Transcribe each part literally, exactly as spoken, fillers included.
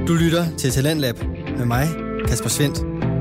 Du lytter til Talentlab med mig, Kasper Svendt.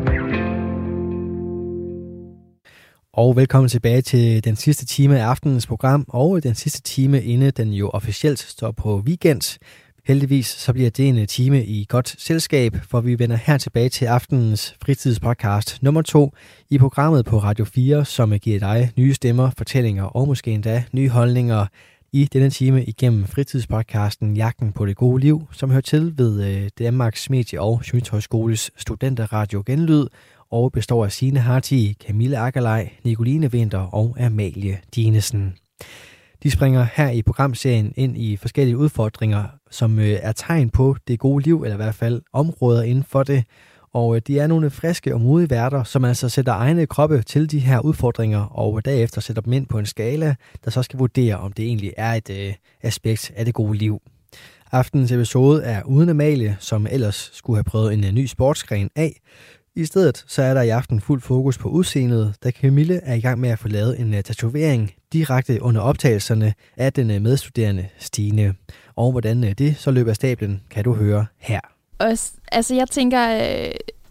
Og velkommen tilbage til den sidste time af aftenens program, og den sidste time, inden den jo officielt står på weekend. Heldigvis så bliver det en time i godt selskab, for vi vender her tilbage til aftenens fritidspodcast nummer to i programmet på Radio fire, som giver dig nye stemmer, fortællinger og måske endda nye holdninger i denne time igennem fritidspodcasten Jagten på det gode liv, som hører til ved Danmarks Medie- og Journalisthøjskoles Studenterradio Genlyd, og består af Signe Harti, Camille Akkerlej, Nicoline Winther og Amalie Dinesen. De springer her i programserien ind i forskellige udfordringer, som er tegn på det gode liv, eller i hvert fald områder inden for det. Og de er nogle friske og modige værter, som altså sætter egne kroppe til de her udfordringer, og derefter sætter dem ind på en skala, der så skal vurdere, om det egentlig er et øh, aspekt af det gode liv. Aftenens episode er uden Amalie, som ellers skulle have prøvet en ny sportsgren af. I stedet så er der i aften fuld fokus på udseendet, da Camille er i gang med at få lavet en uh, tatovering direkte under optagelserne af den uh, medstuderende Stine. Og hvordan uh, det så løber af stablen, kan du høre her. Også, altså jeg tænker, øh,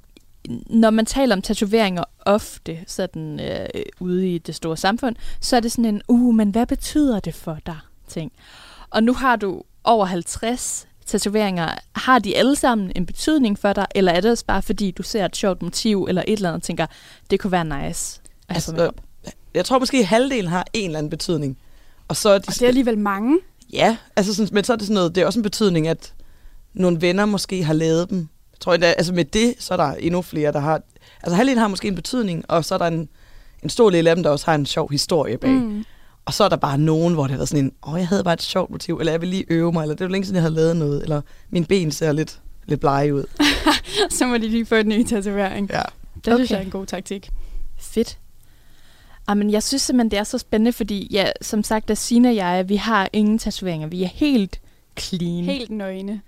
når man taler om tatoveringer ofte sådan øh, ude i det store samfund, så er det sådan en, uh, men hvad betyder det for dig ting? Og nu har du over halvtreds tatoveringer. Har de alle sammen en betydning for dig, eller er det også bare fordi, du ser et sjovt motiv, eller et eller andet, og tænker, det kunne være nice? Altså, jeg tror måske, at halvdelen har en eller anden betydning. Og, så er de og det er alligevel mange. Ja, altså sådan, men så er det sådan noget, det er også en betydning, at nogle venner måske har lavet dem. Jeg tror, at, altså med det, så er der endnu flere, der har... Altså halvdelen har måske en betydning, og så er der en, en stor del af dem, der også har en sjov historie bag. Mm. Og så er der bare nogen, hvor det har været sådan en, åh, jeg havde bare et sjovt motiv, eller jeg vil lige øve mig, eller det var længe siden, jeg havde lavet noget, eller mine ben ser lidt, lidt blege ud. Så må de lige få en ny tatovering. Ja. Det okay. synes jeg er en god taktik. Fedt. Jamen, jeg synes simpelthen, det er så spændende, fordi ja, som sagt, da Signe og jeg, vi har ingen tatoveringer. Vi er helt clean. Helt nøgne.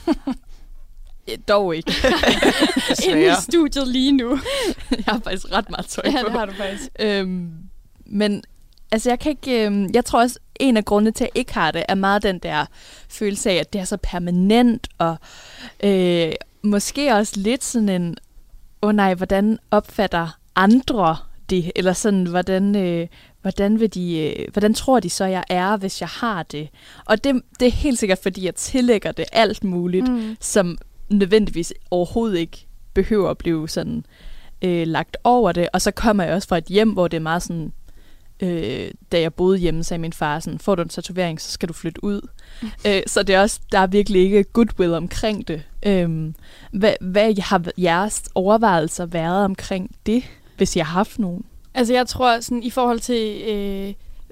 Dog ikke. Inde i studiet lige nu. Jeg har faktisk ret meget tøj på. Ja, det har du faktisk. Øhm, men altså, jeg kan ikke... Øh, jeg tror også, en af grundene til, at jeg ikke har det, er meget den der følelse af, at det er så permanent, og øh, måske også lidt sådan en, åh oh nej, hvordan opfatter andre det? Eller sådan, hvordan... Øh, Hvordan, vil de, øh, hvordan tror de så, jeg er, hvis jeg har det? Og det, det er helt sikkert, fordi jeg tillægger det alt muligt, mm. som nødvendigvis overhovedet ikke behøver at blive sådan øh, lagt over det. Og så kommer jeg også fra et hjem, hvor det er meget sådan, øh, da jeg boede hjemme, sagde min far sådan, får du en tatovering, så skal du flytte ud. Mm. Øh, så det er også, der er virkelig ikke goodwill omkring det. Øh, hvad, hvad har jeres overvejelser været omkring det, hvis jeg har haft nogen? Altså jeg tror sådan i forhold til øh,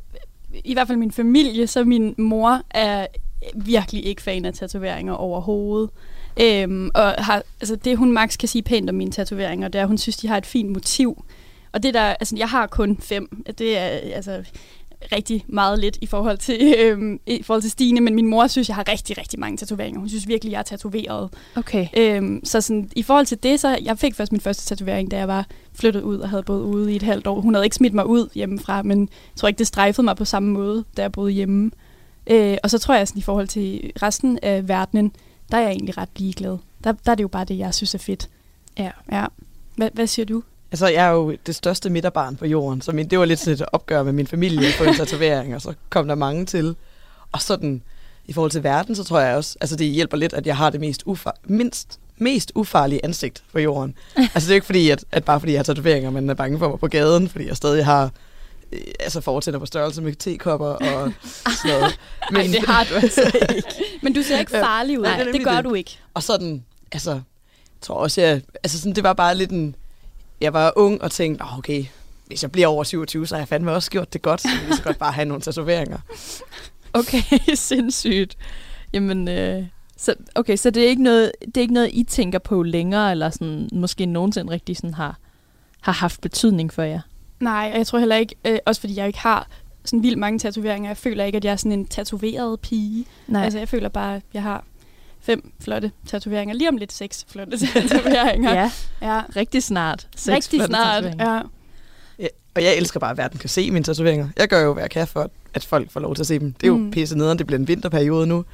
i hvert fald min familie, så min mor er virkelig ikke fan af tatoveringer overhovedet. Øhm, og har, altså det hun max kan sige pænt om mine tatoveringer, det er at hun synes de har et fint motiv. Og det der, altså jeg har kun fem. Det er altså rigtig meget lidt i forhold til øhm, i forhold til Stine, men min mor synes jeg har rigtig rigtig mange tatoveringer. Hun synes virkelig jeg er tatoveret. Okay. Øhm, så sådan i forhold til det, så jeg fik først min første tatovering, da jeg var flyttet ud og havde boet ude i et halvt år. Hun havde ikke smidt mig ud hjemmefra, men jeg tror ikke det strejfede mig på samme måde, da jeg boede hjemme. Øh, og så tror jeg sådan i forhold til resten af verdenen, der er jeg egentlig ret ligeglad. Der, der er det jo bare det jeg synes er fedt. Ja. Ja. Hvad, hvad siger du? Altså, jeg er jo det største midterbarn på jorden, så min, det var lidt sådan et opgør med min familie på en tatovering, og så kom der mange til. Og sådan, i forhold til verden, så tror jeg også, altså det hjælper lidt, at jeg har det mest, ufar- mindst, mest ufarlige ansigt på jorden. Altså det er jo ikke fordi, at, at bare fordi jeg har tatoveringer, man er bange for mig på gaden, fordi jeg stadig har øh, altså fortænder på størrelse med tekopper og sådan noget. Men Ej, det har du altså ikke. Men du ser ikke farlig ud. Nej, det, det gør det. du ikke. Og sådan, altså, jeg tror også, jeg, altså sådan, det var bare lidt en... Jeg var ung og tænkte, oh, okay, hvis jeg bliver over syvogtyve, så har jeg fandme også gjort det godt, så jeg vil så godt bare have nogle tatoveringer. Okay, sindssygt. Jamen, øh, så, okay, så det er, ikke noget, det er ikke noget, I tænker på længere, eller sådan, måske nogensinde rigtig sådan har, har haft betydning for jer? Nej, og jeg tror heller ikke, øh, også fordi jeg ikke har sådan vildt mange tatoveringer, jeg føler ikke, at jeg er sådan en tatoveret pige. Nej. Altså, jeg føler bare, at jeg har fem flotte tatoveringer. Lige om lidt seks flotte tatoveringer. Ja, ja, rigtig snart. Seks rigtig snart, ja. Ja. Og jeg elsker bare, at verden kan se mine tatoveringer. Jeg gør jo, hvad jeg kan for, at folk får lov til at se dem. Det er jo mm. pisse nederen, det bliver en vinterperiode nu.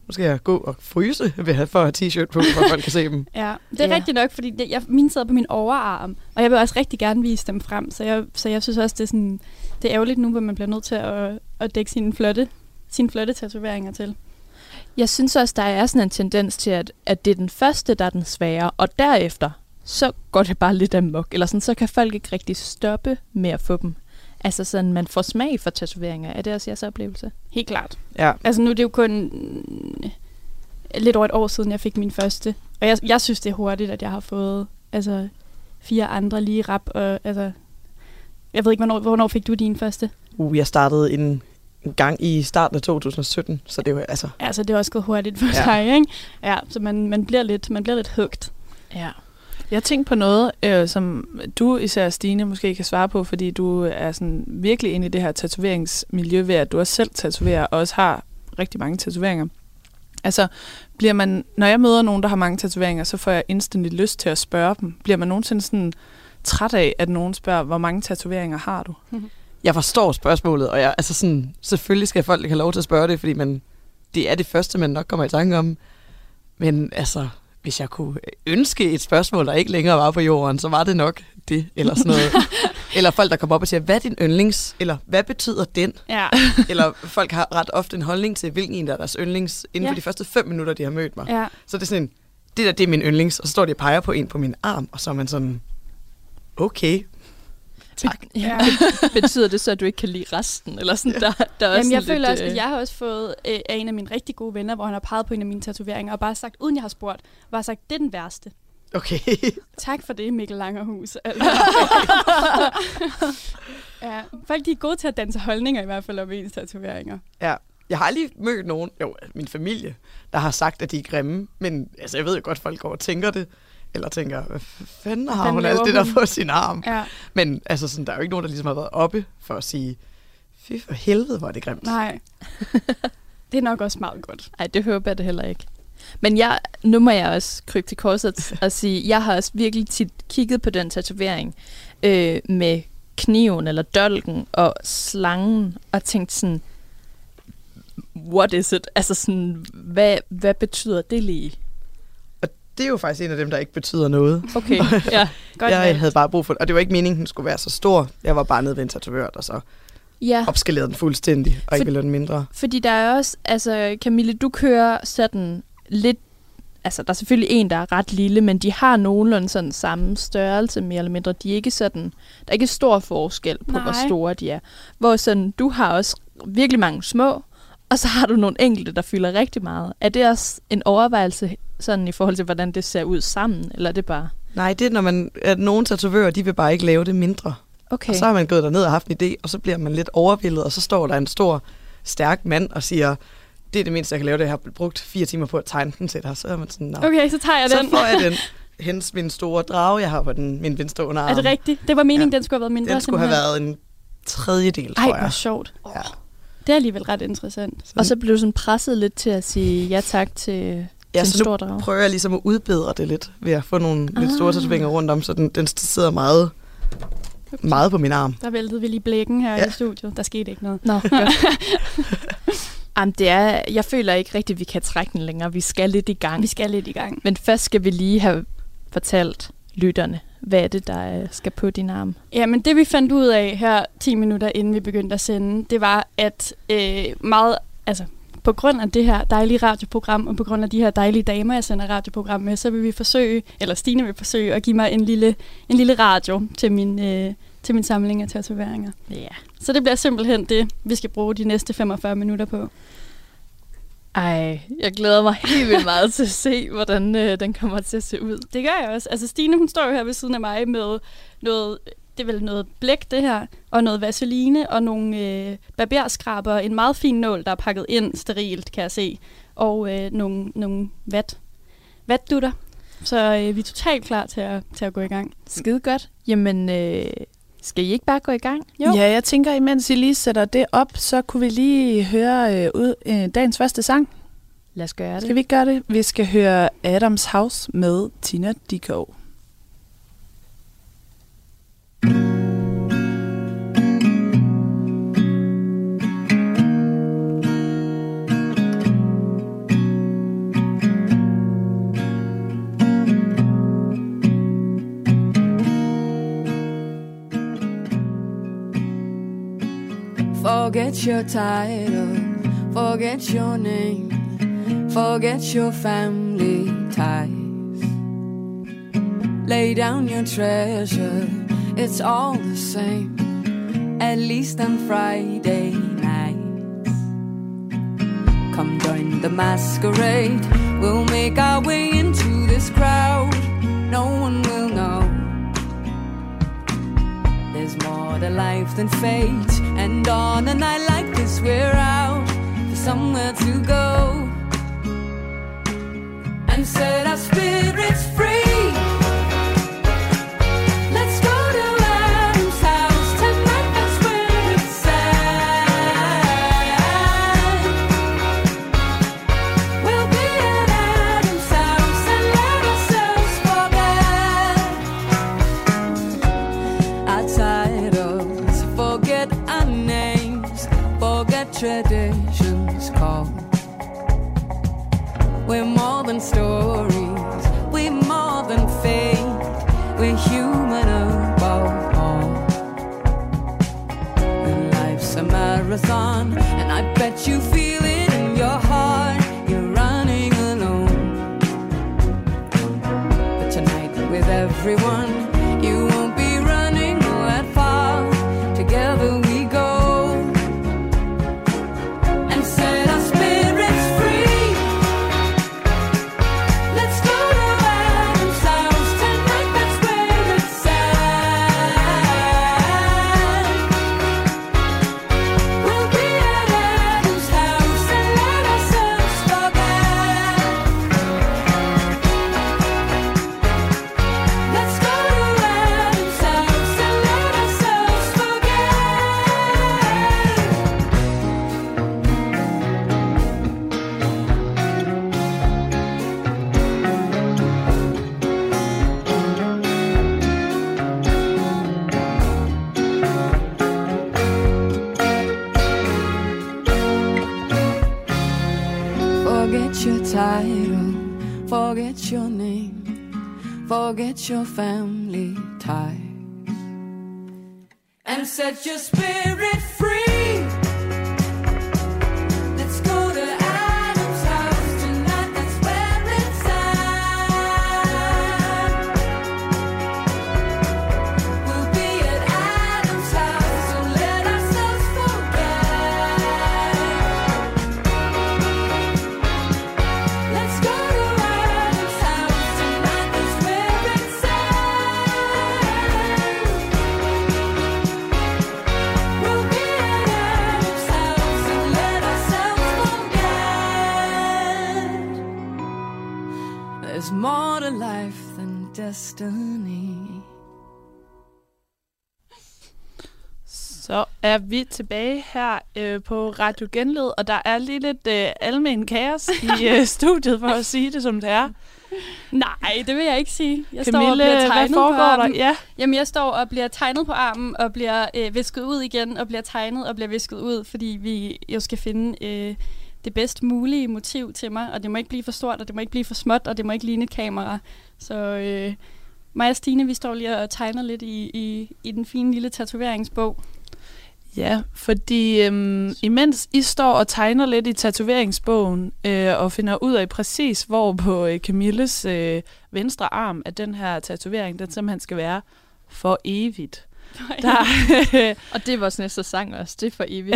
nu skal jeg gå og fryse ved, for at have t-shirt på, for at folk kan se dem. Ja, det er Ja. rigtigt nok, fordi det, jeg, mine sidder på min overarm, og jeg vil også rigtig gerne vise dem frem, så jeg, så jeg synes også, det er, sådan, det er ærgerligt nu, hvor man bliver nødt til at, at dække sine flotte, sine flotte tatoveringer til. Jeg synes også, der er sådan en tendens til, at, at det er den første, der er den svære, og derefter, så går det bare lidt amok. Eller sådan, så kan folk ikke rigtig stoppe med at få dem. Altså sådan, man får smag for tatoveringer. Er det også jeres oplevelse? Helt klart. Ja. Altså nu er det jo kun lidt over et år siden, jeg fik min første. Og jeg, jeg synes, det er hurtigt, at jeg har fået altså, fire andre lige rap. Og, altså, jeg ved ikke, hvornår, hvornår fik du din første? Uh, jeg startede en, en gang i starten af to tusind sytten, så det var altså... Altså, det er også gået hurtigt for Ja. sig, ikke? Ja, så man, man, bliver lidt, man bliver lidt hugt. Ja. Jeg tænker på noget, øh, som du især, Stine, måske kan svare på, fordi du er sådan virkelig inde i det her tatoveringsmiljø ved, at du også selv tatoverer og også har rigtig mange tatoveringer. Altså, bliver man, når jeg møder nogen, der har mange tatoveringer, så får jeg instantly lyst til at spørge dem. Bliver man nogensinde sådan træt af, at nogen spørger, hvor mange tatoveringer har du? Jeg forstår spørgsmålet, og jeg, altså sådan, selvfølgelig skal folk ikke have lov til at spørge det, fordi man, det er det første, man nok kommer i tanke om. Men altså, hvis jeg kunne ønske et spørgsmål, der ikke længere var på jorden, så var det nok det, eller sådan noget. Eller folk, der kommer op og siger, hvad er din yndlings? Eller hvad betyder den? Ja. Eller folk har ret ofte en holdning til, hvilken en der er deres yndlings, inden Ja. for de første fem minutter, de har mødt mig. Ja. Så det er sådan en, det der, det er min yndlings, og så står de og peger på en på min arm, og så er man sådan, okay, tak. Ja. Betyder det så, at du ikke kan lide resten? Eller sådan, der, der er også Jamen, jeg sådan føler lidt, også, at øh, jeg har også fået øh, af en af mine rigtig gode venner, hvor han har peget på en af mine tatoveringer, og bare sagt, uden jeg har spurgt, bare sagt, det er den værste. Okay. Tak for det, Mikkel Langerhus. Altså. Ja, folk de er gode til at danse holdninger i hvert fald om ens tatoveringer. Ja. Jeg har aldrig mødt nogen, jo, min familie, der har sagt, at de er grimme, men altså, jeg ved jo godt, folk går og tænker det, eller tænker, hvad fanden har Hvad hun laver alt det der hun? på sin arm? Ja, Men altså, sådan, der er jo ikke nogen, der ligesom har været oppe for at sige, fy for helvede, hvor er det grimt. nej. Det er nok også meget godt. Ej, det håber jeg det heller ikke. Men jeg, nu må jeg også krybe til korset og sige, jeg har også virkelig tit kigget på den tatovering øh, med kniven eller dolken og slangen og tænkt sådan, what is it? Altså sådan, hvad, hvad betyder det lige? Og det er jo faktisk en af dem, der ikke betyder noget. Okay, ja. Godt jeg valgt. havde bare brug for det, og det var ikke meningen, den skulle være så stor. Jeg var bare nede ved en tatovør, og så Ja, opskalerede den fuldstændig, og For- ikke ville lade den mindre. fordi der er også, altså Camille, du kører sådan lidt, altså der er selvfølgelig en, der er ret lille, men de har nogenlunde sådan samme størrelse, mere eller mindre. De er ikke sådan, der er ikke stor forskel på, Nej. hvor store de er. Hvor sådan, du har også virkelig mange små, og så har du nogle enkelte, der fylder rigtig meget. Er det også en overvejelse sådan i forhold til, hvordan det ser ud sammen, eller er det bare? Nej, det er, når man, at nogle tatovører, de vil bare ikke lave det mindre. Okay. Og så har man gået derned og haft en idé, og så bliver man lidt overvældet, og så står der en stor, stærk mand og siger, det er det mindste, jeg kan lave det. Jeg har brugt fire timer på at tegne den til dig. Så er man sådan, nå. Okay, så tager jeg Så den. får jeg den. Hens min store drage, jeg har på den, min venstre underarm. Er det rigtigt? Det var meningen, Ja. den skulle have været mindre. Den skulle have simpelthen. været en tredjedel, tror Ej, jeg. hvor sjovt. Ja. Det er alligevel ret interessant. Og så blev du sådan presset lidt til at sige ja tak til, Ja, til en så stor nu drage. prøver jeg ligesom at udbedre det lidt, ved at få nogle ah. lidt store Ah. tatoveringer rundt om, så den, den sidder meget, meget på min arm. Der væltede vi lige blækken her Ja. i studiet. Der skete ikke noget. Nå, godt. Jamen, det er, jeg føler ikke rigtigt, at vi kan trække den længere. Vi skal lidt i gang. Vi skal lidt i gang. Men først skal vi lige have fortalt lytterne, hvad er det, der øh, skal på din arm. Ja, men det vi fandt ud af her ti minutter inden vi begyndte at sende, det var, at øh, meget, altså på grund af det her dejlige radioprogram, og på grund af de her dejlige damer, jeg sender radioprogram med, så vil vi forsøge, eller Stine vil forsøge at give mig en lille, en lille radio til min, øh, til min samling af tatoveringer. Ja. Så det bliver simpelthen det, vi skal bruge de næste femogfyrre minutter på. Ej, jeg glæder mig helt vildt meget til at se, hvordan øh, den kommer til at se ud. Det gør jeg også. Altså Stine, hun står jo her ved siden af mig med noget, det er vel noget blæk det her, og noget vaseline, og nogle øh, barberskraber, en meget fin nål, der er pakket ind sterilt, kan jeg se, og øh, nogle, nogle vat, vatdutter. Så øh, vi er totalt klar til at, til at gå i gang. Skide godt. Jamen, øh, skal I ikke bare gå i gang? Jo. Ja, jeg tænker, imens I lige sætter det op, så kunne vi lige høre øh, ud, øh, dagens første sang. Lad os gøre det. Skal vi ikke gøre det? Vi skal høre Adams House med Tina Dickow. Forget your title, forget your name, forget your family ties. Lay down your treasure, it's all the same, at least on Friday nights. Come join the masquerade, we'll make our way into this crowd, no one will know. There's more to life than fate, and on a night like this we're out for somewhere to go and set our spirits free. Let's go to Adam's house tonight, that's where it's at. We'll be at Adam's house and let ourselves forget our titles, forget our names, forget traditions called. We're more than stories, we're more than fate, we're human above all. And life's a marathon, and I bet you feel it in your heart, you're running alone. But tonight with everyone, you won't be running that far, together we go and set our spirits free. Let's go to Adam's house tonight, that's where it's at. We'll be at Adam's house and let ourselves forget. Let's go to Adam's house and let ourselves forget. Forget your title, forget your name, forget your family ties, and set your spirit free. Let's go to Adam's house tonight, that's where it's at. We'll be at Adam's house, so let ourselves forget. Let's go to Adam's house tonight, that's where it's at. We'll be at Adam's house and let ourselves forget. There's more to life than destiny. Så er vi tilbage her øh, på Radio Genlyd, og der er lige lidt øh, almen kaos i øh, studiet, for at sige det som det er. Nej, det vil jeg ikke sige. Jeg står Camille, og bliver hvad tegnet på foregår der? armen. Ja. Jamen, jeg står og bliver tegnet på armen, og bliver øh, visket ud igen, og bliver tegnet og bliver visket ud, fordi vi jo skal finde øh, det bedst mulige motiv til mig, og det må ikke blive for stort, og det må ikke blive for småt, og det må ikke ligne et kamera. Så øh, mig og Stine, vi står lige og tegner lidt i, i, i den fine lille tatoveringsbog. Ja, fordi øhm, imens I står og tegner lidt i tatoveringsbogen øh, og finder ud af præcis, hvor på øh, Camilles øh, venstre arm, at den her tatovering, den simpelthen skal være for evigt. Der, Og det er vores næste sang også. Det er for evigt.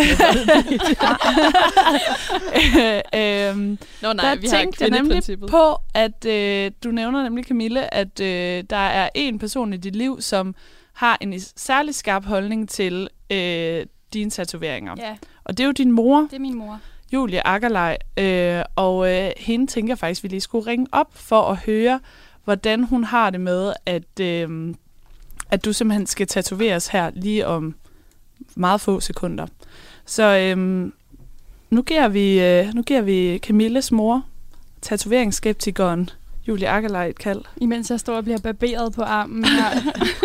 øhm, Nå nej, der vi har tænkte jeg nemlig kvindeprincippet. på, at øh, du nævner nemlig, Camille, at øh, der er en person i dit liv, som har en særlig skarp holdning til øh, dine tatoveringer. Ja, Og det er jo din mor, det er min mor. Julie Akkerlej, øh, og øh, hende tænker jeg faktisk, vi lige skulle ringe op for at høre, hvordan hun har det med, at, øh, at du simpelthen skal tatoveres her lige om meget få sekunder. Så øh, nu, giver vi, øh, nu giver vi Camilles mor, tatoveringsskeptikeren Julie Akkerlej, et kald. Imens jeg står og bliver barberet på armen her.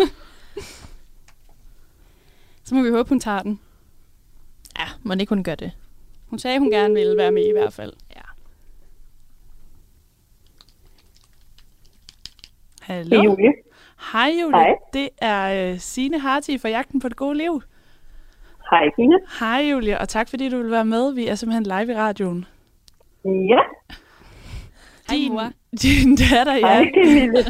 Så må vi håbe, hun tager den. Ja, må ikke hun gøre det. Hun sagde, hun gerne ville være med i hvert fald. Ja. Hallo. Det er Julie. Hej Julie. Hej. Det er uh, Signe Hartig fra Jagten på det gode liv. Hej, Kine. Hej, Julie, og tak fordi du vil være med. Vi er simpelthen live i radioen. Ja. Din, din datter, ja. Hej, Camille.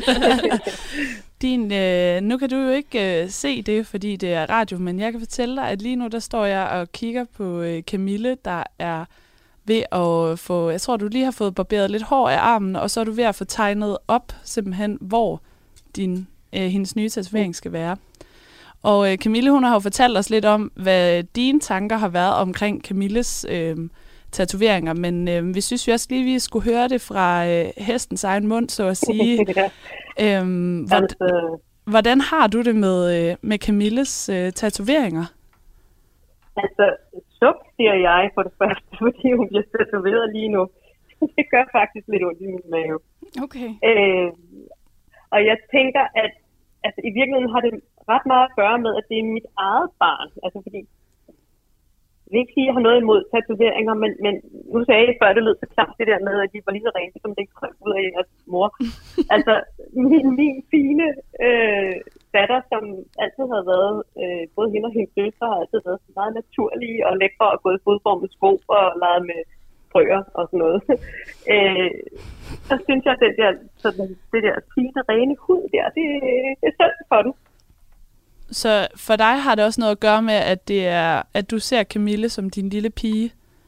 Din, øh, nu kan du jo ikke øh, se det, fordi det er radio, men jeg kan fortælle dig, at lige nu der står jeg og kigger på øh, Camille, der er ved at få, jeg tror du lige har fået barberet lidt hår af armen, og så er du ved at få tegnet op simpelthen, hvor din, øh, hendes nye tatovering skal være. Og øh, Camille, hun har jo fortalt os lidt om, hvad dine tanker har været omkring Camilles øh, tatoveringer, men øh, vi synes jo også lige, vi skulle høre det fra øh, hestens egen mund, så at sige. øhm, hvor, hvordan har du det med, øh, med Camilles øh, tatoveringer? Altså, suk, siger jeg for det første, fordi hun bliver tatoveret lige nu. Det gør faktisk lidt ondt i min mave. Okay. Øh, og jeg tænker, at altså, i virkeligheden har det ret meget at gøre med, at det er mit eget barn. Altså, fordi jeg vil ikke sige, at jeg har noget imod tatoveringer, men, men nu sagde jeg før, det lød så klart det der med, at de var lige så rene, som det ikke kom ud af jeres mor. Altså, min, min fine øh, datter, som altid har været, øh, både hende og hendes søstre, har altid været så meget naturlige og lækre og gået i fodformede sko og leget med frøer og sådan noget. øh, så synes jeg, at det der, sådan, det der fine, rene hud der, det, det er selv for den. Så for dig har det også noget at gøre med, at det er, at du ser Camille som din lille pige?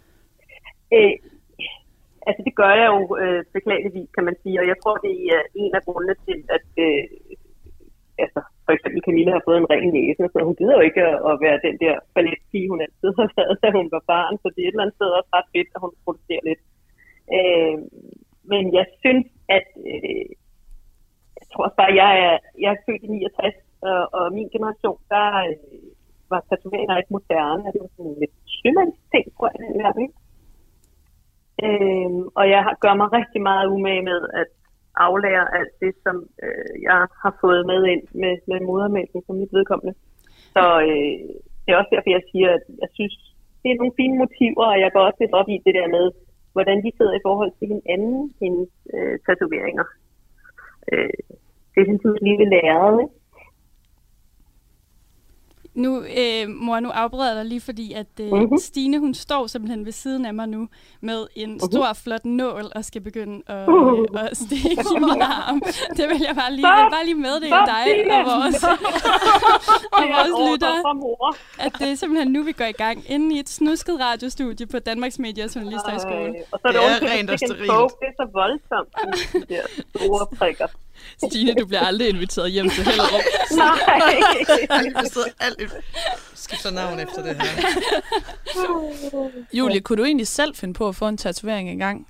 Øh, altså det gør jeg jo øh, beklageligvis, kan man sige, og jeg tror, det er en af grundene til, at øh, altså, for eksempel Camille har fået en ren næse, så hun gider jo ikke at, at være den der balletpige, hun altid har været, da hun var barn, så det er et eller andet sted også ret fedt, at hun producerer lidt. Øh, men jeg synes, at øh, jeg tror også bare, at jeg er, jeg er født i niogtres, Og, og min generation, der øh, var tatoveringer ikke moderne, og det var sådan lidt sømandsting, tror jeg, den her, ikke? Øhm, og jeg har, gør mig rigtig meget umage med at aflære alt det, som øh, jeg har fået med ind med, med modermælken som mit vedkommende. Så øh, det er også derfor, jeg siger, at jeg synes, det er nogle fine motiver, og jeg går også lidt op i det der med, hvordan de sidder i forhold til hinanden, hendes øh, tatoveringer. Øh, det er sådan et lille læret, ikke? Nu, øh, mor, nu afbryder jeg dig lige, fordi at øh, uh-huh. Stine, hun står simpelthen ved siden af mig nu med en uh-huh. stor, flot nål og skal begynde at, uh-huh. øh, at stikke i min arm. Det vil jeg bare lige, jeg vil bare lige meddele dig og vores, og vores lytter, at det er simpelthen nu, vi går i gang inde i et snusket radiostudie på Danmarks Medie- og Journalisterhøjskole. Og så er det, det er rent og sterilt. Det er så voldsomt, de der store prikker. Stine, du bliver aldrig inviteret hjem til Hellerup. Nej. Jeg sidder alt skifter navn efter det her. Julie, kunne du egentlig selv finde på at få en tatovering engang?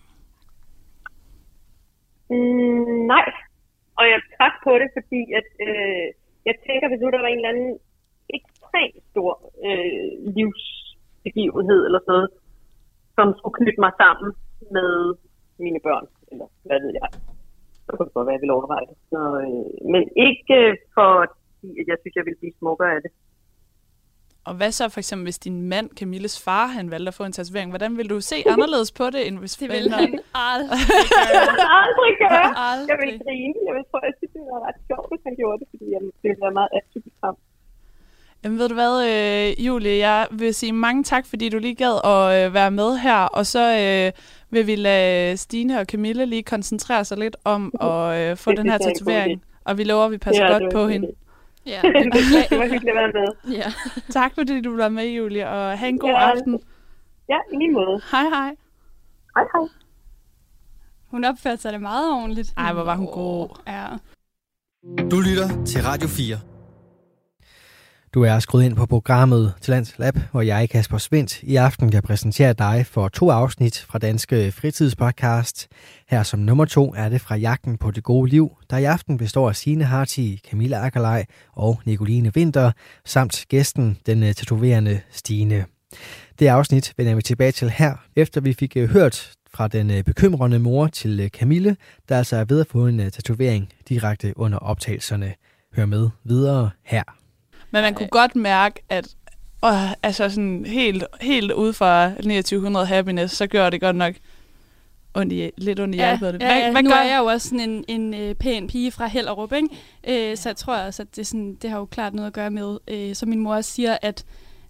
Mm, nej. Og jeg trak på det, fordi at, øh, jeg tænker, hvis nu der var en eller anden ekstremt stor øh, livsbegivenhed eller sådan noget, som skulle knytte mig sammen med mine børn, eller hvad ved jeg. Så kunne det godt være, at jeg ville overveje det. Så, øh, men ikke fordi, at jeg synes, jeg ville blive smukkere af det. Og hvad så for eksempel, hvis din mand, Camilles far, han valgte at få en tatovering? Hvordan ville du se anderledes på det, end hvis... Det ville han aldrig gøre. aldrig gøre. Aldrig. Jeg ville grine. Jeg ville, tror, jeg synes, det var ret sjovt, hvis han gjorde det, fordi jeg ville være meget atypisk ham. Jamen ved du hvad, øh, Julie, jeg vil sige mange tak, fordi du lige gad at øh, være med her, og så øh, vil vi lade Stine og Camille lige koncentrere sig lidt om at øh, få den her tatovering, og vi lover, at vi passer ja, godt på hende. Ja, det var hyggeligt at være med. Ja. Tak fordi du var med, Julie, og have en god ja. aften. Ja, i lige måde. Hej, hej. Hej, hej. Hun opførte sig det meget ordentligt. Ej, hvor var hun god. Ja. Du lytter til Radio fire. Du er skruet ind på programmet Talents Lab, hvor jeg, Kasper Svendt, i aften kan præsentere dig for to afsnit fra Danske Fritidspodcast. Her som nummer to er det fra Jagten på det gode liv, der i aften består af Signe Harti, Camilla Akkerlej og Nicoline Winther, samt gæsten, den tatoverende Stine. Det afsnit vender vi tilbage til her, efter vi fik hørt fra den bekymrende mor til Camille, der altså er ved at få en tatovering direkte under optagelserne. Hør med videre her. Men man kunne godt mærke, at åh, altså sådan helt, helt ude fra niogtyve hundrede Happiness, så gør det godt nok ondt i, lidt ondt i ja, hjertet. Ja, ja. Hvad nu gør er jeg jo også sådan en, en øh, pæn pige fra Hellerup, ikke? Øh, så jeg tror også, at det, sådan, det har jo klart noget at gøre med, øh, som min mor siger, at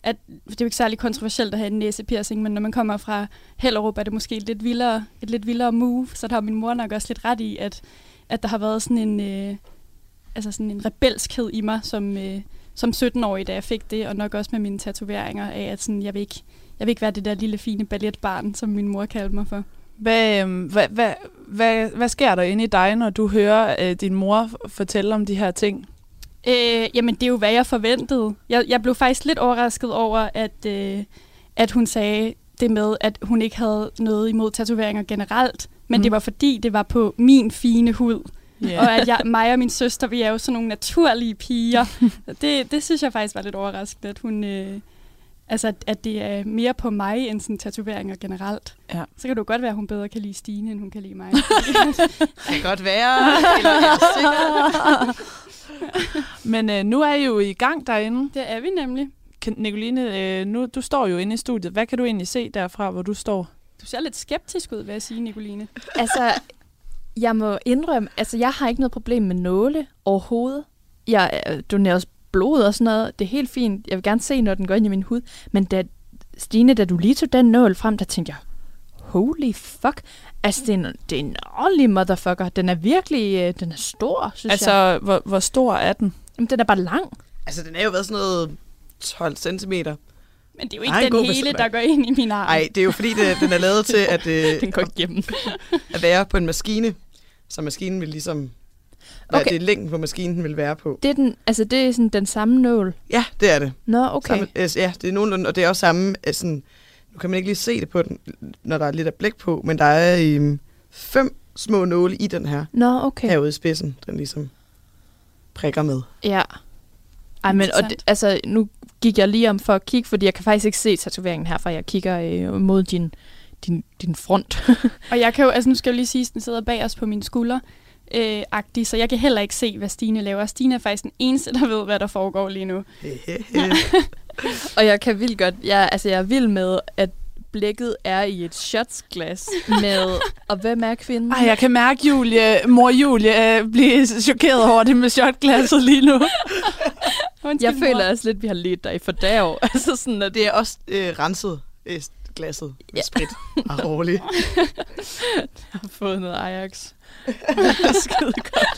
at det er jo ikke særlig kontroversielt at have en næsepiercing, men når man kommer fra Hellerup, er det måske et lidt vildere, et lidt vildere move, så der har min mor nok også lidt ret i, at, at der har været sådan en, øh, altså sådan en rebelskhed i mig, som, øh, som sytten-årig, da jeg fik det, og nok også med mine tatoveringer af, at sådan, jeg, vil ikke, jeg vil ikke være det der lille fine balletbarn, som min mor kaldte mig for. Hvad, øh, hvad, hvad, hvad, hvad sker der inde i dig, når du hører øh, din mor fortælle om de her ting? Øh, jamen, det er jo, hvad jeg forventede. Jeg, jeg blev faktisk lidt overrasket over, at, øh, at hun sagde det med, at hun ikke havde noget imod tatoveringer generelt, men mm. det var fordi, det var på min fine hud. Yeah. Og at jeg, mig og min søster, vi er jo sådan nogle naturlige piger. det, det synes jeg faktisk var lidt overraskende, at hun... Øh, altså, at, at det er mere på mig, end sådan tatoveringer generelt. Ja. Så kan det jo godt være, at hun bedre kan lide Stine, end hun kan lide mig. Det kan godt være. Eller jeg er sikker. Men øh, nu er I jo i gang derinde. Det er vi nemlig. Nicoline, øh, nu, du står jo inde i studiet. Hvad kan du egentlig se derfra, hvor du står? Du ser lidt skeptisk ud, vil jeg sige, Nicoline. Altså, jeg må indrømme, altså jeg har ikke noget problem med nåle overhovedet. Jeg donerer også blod og sådan noget. Det er helt fint. Jeg vil gerne se, når den går ind i min hud. Men da, Stine, da du lige tog den nål frem, der tænkte jeg, holy fuck. Altså, det er en, det er en ordentlig motherfucker. Den er virkelig, øh, den er stor, synes altså, jeg. Altså, hvor, hvor stor er den? Jamen, den er bare lang. Altså, den er jo været sådan noget tolv centimeter. Men det er jo ikke Ej, den hele, der går ind i min arm. Nej, det er jo fordi, det, den er lavet til at, øh, den går igennem. at være på en maskine, så maskinen vil ligesom... Okay. Det er længden på maskinen, den vil være på. Det er, den, altså, det er sådan den samme nål? Ja, det er det. Nå, okay. Samme, ja, det er nogenlunde, og det er også samme... Sådan, nu kan man ikke lige se det på den, når der er lidt af blæk på, men der er um, fem små nåle i den her. Nå, okay. Herude i spidsen, den ligesom prikker med. Ja. Ej, men og det, altså, nu gik jeg lige om for at kigge, fordi jeg kan faktisk ikke se tatoveringen herfra. Jeg kigger øh, mod din, din, din front. Og jeg kan jo, altså nu skal jeg lige sige, at den sidder bag os på mine skuldre, øh, agtig, så jeg kan heller ikke se, hvad Stine laver. Stine er faktisk den eneste, der ved, hvad der foregår lige nu. Og jeg kan vildt godt, jeg, altså jeg er vild med, at blækket er i et shotsglas med, og hvem er kvinden? Ej, jeg kan mærke Julie, mor Julie øh, blive chokeret over det med shotglasset lige nu. Jeg føler også lidt, at vi har lidt dig for dag. Altså sådan, at det er også øh, renset øh, glasset med ja. sprit. Og roligt. Jeg har fået noget Ajax. Det er skide godt.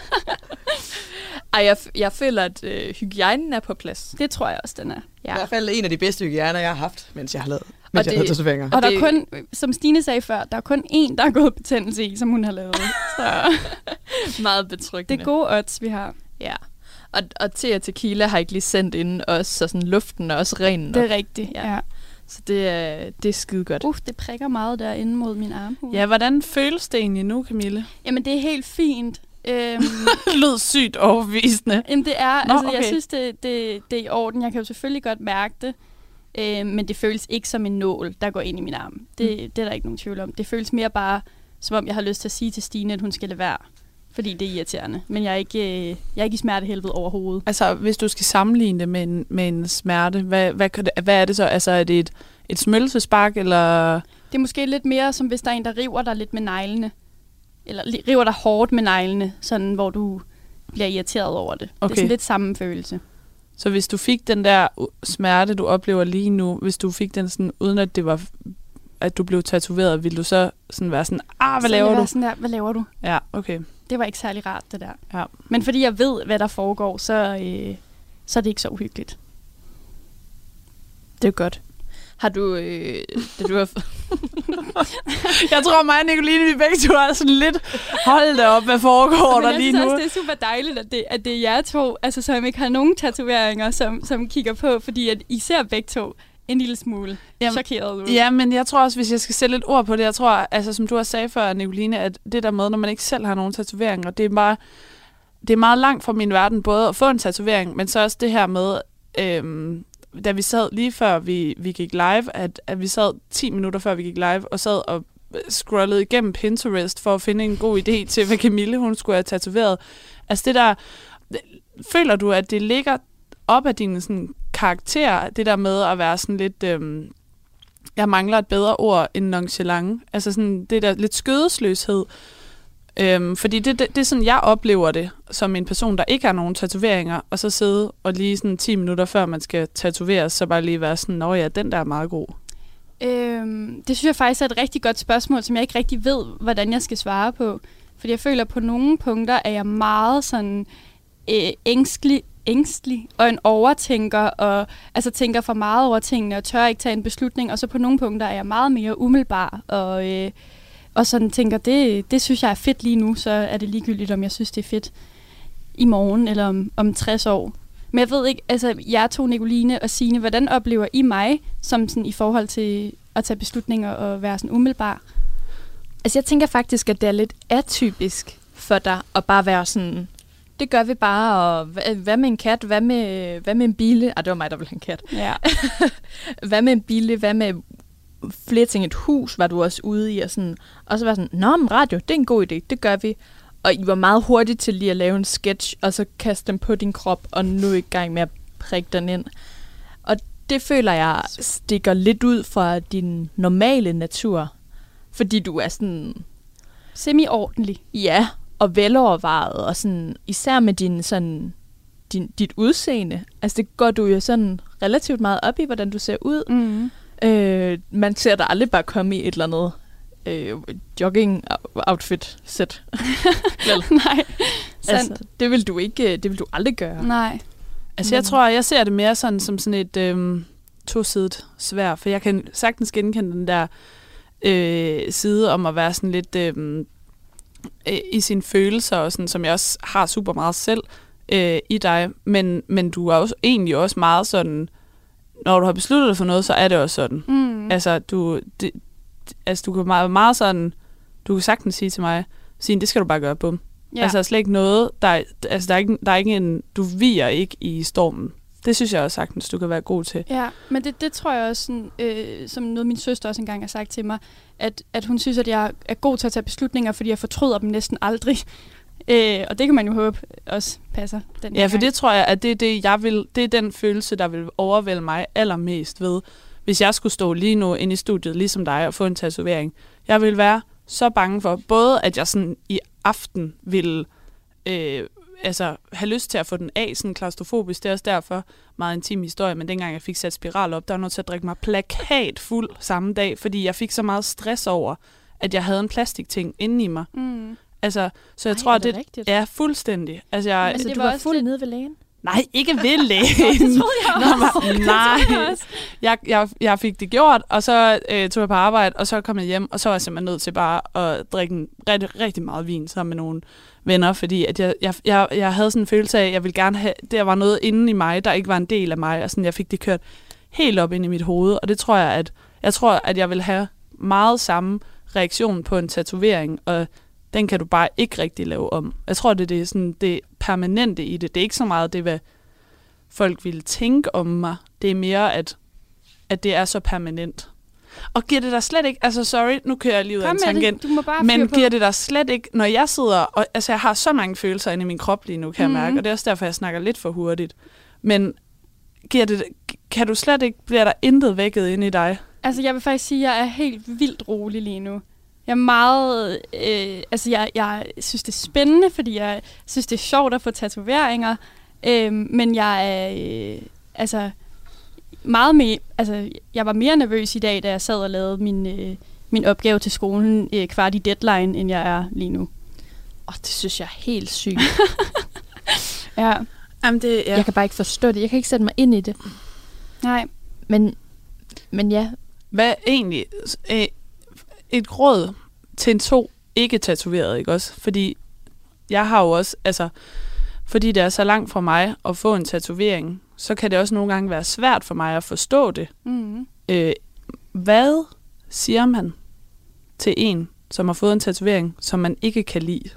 Ej, jeg, jeg føler, at øh, hygiejnen er på plads. Det tror jeg også, den er. Ja. I hvert fald en af de bedste hygiejner, jeg har haft, mens jeg har lavet, mens og jeg har tatoveringer. Og, og der er kun, som Stine sagde før, der er kun én, der er gået betændelse i, som hun har lavet. Så meget betryggende. Det er gode odds, vi har. Ja. Og, og te og tequila har ikke lige sendt inden også, så sådan luften er også ren nok. Det er rigtigt, ja. ja. Så det er, det er skide godt. Uh, det prikker meget derinde mod min armhule. Ja, hvordan føles det egentlig nu, Camille? Jamen, det er helt fint. Øhm, lød sygt overbevisende. Jamen, det er, Nå, altså, okay. jeg synes, det, det, det er i orden. Jeg kan jo selvfølgelig godt mærke det, øh, men det føles ikke som en nål, der går ind i min arm. Det, mm. det er der ikke nogen tvivl om. Det føles mere bare, som om jeg har lyst til at sige til Stine, at hun skal lade være. Fordi det er irriterende. Men jeg er ikke, jeg er ikke i smertehelvede overhovedet. Altså, hvis du skal sammenligne det med en, med en smerte, hvad, hvad, hvad er det så? Altså, er det et, et smølfespark, eller...? Det er måske lidt mere, som hvis der er en, der river dig lidt med neglene. Eller river dig hårdt med neglene, sådan, hvor du bliver irriteret over det. Okay. Det er sådan lidt samme følelse. Så hvis du fik den der smerte, du oplever lige nu, hvis du fik den sådan, uden at det var, at du blev tatoveret, ville du så sådan være sådan, ah, hvad så laver du? Sådan der, hvad laver du? Ja, okay. Det var ikke særlig rart, det der. Ja. Men fordi jeg ved, hvad der foregår, så, øh, så er det ikke så uhyggeligt. Det er godt. Har du... Øh, det, du har jeg tror mig og Nicoline, vi begge to er sådan lidt, hold da op, hvad foregår der lige nu? Men jeg synes også, det er super dejligt, at det, at det er jer to, altså, som ikke har nogen tatoveringer, som, som kigger på, fordi at I ser begge to en lille smule Jamen, chokeret ud. Ja, men jeg tror også, hvis jeg skal sætte lidt ord på det, jeg tror, altså som du har sagt før, Nicoline, at det der med, når man ikke selv har nogen tatoveringer, det er bare, det er meget langt fra min verden, både at få en tatovering, men så også det her med, øhm, da vi sad lige før vi, vi gik live, at, at vi sad ti minutter før vi gik live, og sad og scrollede igennem Pinterest for at finde en god idé til, hvad Camille hun skulle have tatoveret. Altså det der, føler du, at det ligger op af din sådan, karakter, det der med at være sådan lidt, øhm, jeg mangler et bedre ord end nonchalant, altså sådan det der lidt skødesløshed, Øhm, fordi det, det, det er sådan, jeg oplever det, som en person, der ikke har nogen tatoveringer, og så sidde og lige sådan ti minutter før man skal tatoveres, så bare lige være sådan, nå ja, den der er meget god. Øhm, det synes jeg faktisk er et rigtig godt spørgsmål, som jeg ikke rigtig ved, hvordan jeg skal svare på. Fordi jeg føler, at på nogle punkter er jeg meget sådan øh, ængstelig, ængstelig og en overtænker, og altså tænker for meget over tingene og tør ikke tage en beslutning. Og så på nogle punkter er jeg meget mere umiddelbar, og, øh, og sådan tænker, det, det synes jeg er fedt lige nu, så er det ligegyldigt, om jeg synes, det er fedt i morgen eller om, om tres år. Men jeg ved ikke, altså jer to, Nicoline og Signe, hvordan oplever I mig som sådan, i forhold til at tage beslutninger og være sådan umiddelbar? Altså jeg tænker faktisk, at det er lidt atypisk for dig at bare være sådan, det gør vi bare, og hvad, hvad med en kat, hvad med, hvad med en bille? Ah, det var mig, der ville have en kat. Ja. Hvad med en bille, hvad med flere ting, et hus var du også ude i, og, sådan, og så var sådan, nå, men radio, det er en god idé, det gør vi. Og I var meget hurtigt til lige at lave en sketch, og så kaste dem på din krop, og nu er I i gang med at prikke den ind. Og det føler jeg stikker lidt ud fra din normale natur. Fordi du er sådan semi-ordentlig. Ja, og velovervejet, og sådan, især med din, sådan, din, dit udseende. Altså det går du jo sådan relativt meget op i, hvordan du ser ud. Mm. Øh, man ser dig aldrig bare komme i et eller andet øh, jogging-outfit-sæt. Nej, altså, det vil du ikke, det vil du aldrig gøre. Nej. Altså jeg tror, jeg ser det mere sådan som sådan et øhm, tosidigt sværd, for jeg kan sagtens genkende den der øh, side om at være sådan lidt øh, øh, i sine følelser, og sådan, som jeg også har super meget selv øh, i dig, men, men du er også egentlig også meget sådan, når du har besluttet dig for noget, så er det også sådan. Mm. Altså du, det, altså, du kan meget, meget sådan, du kan sagtens sige til mig, Signe, det skal du bare gøre, bum. Ja. Altså, der er slet ikke noget, der er, altså, der er ikke, der er ikke en, du viger ikke i stormen. Det synes jeg også sagtens, du kan være god til. Ja, men det, det tror jeg også, sådan, øh, som noget min søster også engang har sagt til mig, at, at hun synes, at jeg er god til at tage beslutninger, fordi jeg fortryder dem næsten aldrig. Øh, og det kan man jo håbe også passer den her Ja, for gang. det tror jeg, at det er, det, jeg vil, det er den følelse, der vil overvælde mig allermest ved, hvis jeg skulle stå lige nu inde i studiet, ligesom dig, og få en tatovering. Jeg vil være så bange for, både at jeg sådan i aften vil øh, altså, have lyst til at få den af, sådan klaustrofobisk. Det er også derfor meget intim historie, men dengang jeg fik sat spiral op, der var nødt til at drikke mig plakat fuld samme dag, fordi jeg fik så meget stress over, at jeg havde en plastikting inde i mig. Mm. Altså, så jeg Ej, tror, er at det det rigtigt? er fuldstændig. Altså, jeg, Men altså, det du var var, også fuld lidt- nede ved lægen? nej, ikke ved lægen. det troede jeg også. Nå, nej, jeg, jeg, jeg fik det gjort, og så øh, tog jeg på arbejde, og så kom jeg hjem, og så var jeg simpelthen nødt til bare at drikke en rigtig, rigtig meget vin sammen med nogle venner, fordi at jeg, jeg, jeg, jeg havde sådan en følelse af, at jeg ville gerne have, der var noget inde i mig, der ikke var en del af mig, og sådan, jeg fik det kørt helt op ind i mit hoved, og det tror jeg, at jeg tror, at jeg vil have meget samme reaktion på en tatovering, og den kan du bare ikke rigtig lave om. Jeg tror, det, det er sådan det permanente i det. Det er ikke så meget det, hvad folk ville tænke om mig. Det er mere, at, at det er så permanent. Og giver det dig slet ikke... Altså, sorry, nu kører jeg lige ud af Kom en med tangent. det. Du må bare fyre Men på. giver det dig slet ikke... Når jeg sidder... Og, altså, jeg har så mange følelser inde i min krop lige nu, kan Mhm. jeg mærke. Og det er også derfor, jeg snakker lidt for hurtigt. Men giver det, kan du slet ikke... Bliver der intet vækket inde i dig? Altså, jeg vil faktisk sige, at jeg er helt vildt rolig lige nu. Jeg er meget... Øh, altså, jeg, jeg synes, det er spændende, fordi jeg synes, det er sjovt at få tatoveringer. Øh, men jeg er... Øh, altså, meget mere... Altså, jeg var mere nervøs i dag, da jeg sad og lavede min, øh, min opgave til skolen øh, kvart i deadline, end jeg er lige nu. Åh, det synes jeg er helt sygt. Ja, Jamen, det, Ja. Jeg kan bare ikke forstå det. Jeg kan ikke sætte mig ind i det. nej. Men, men ja, Hvad egentlig... Øh, et råd til en to ikke-tatoveret, ikke også? Fordi jeg har jo også... Altså, fordi det er så langt fra mig at få en tatovering, så kan det også nogle gange være svært for mig at forstå det. Mm. Øh, hvad siger man til en, som har fået en tatovering, som man ikke kan lide?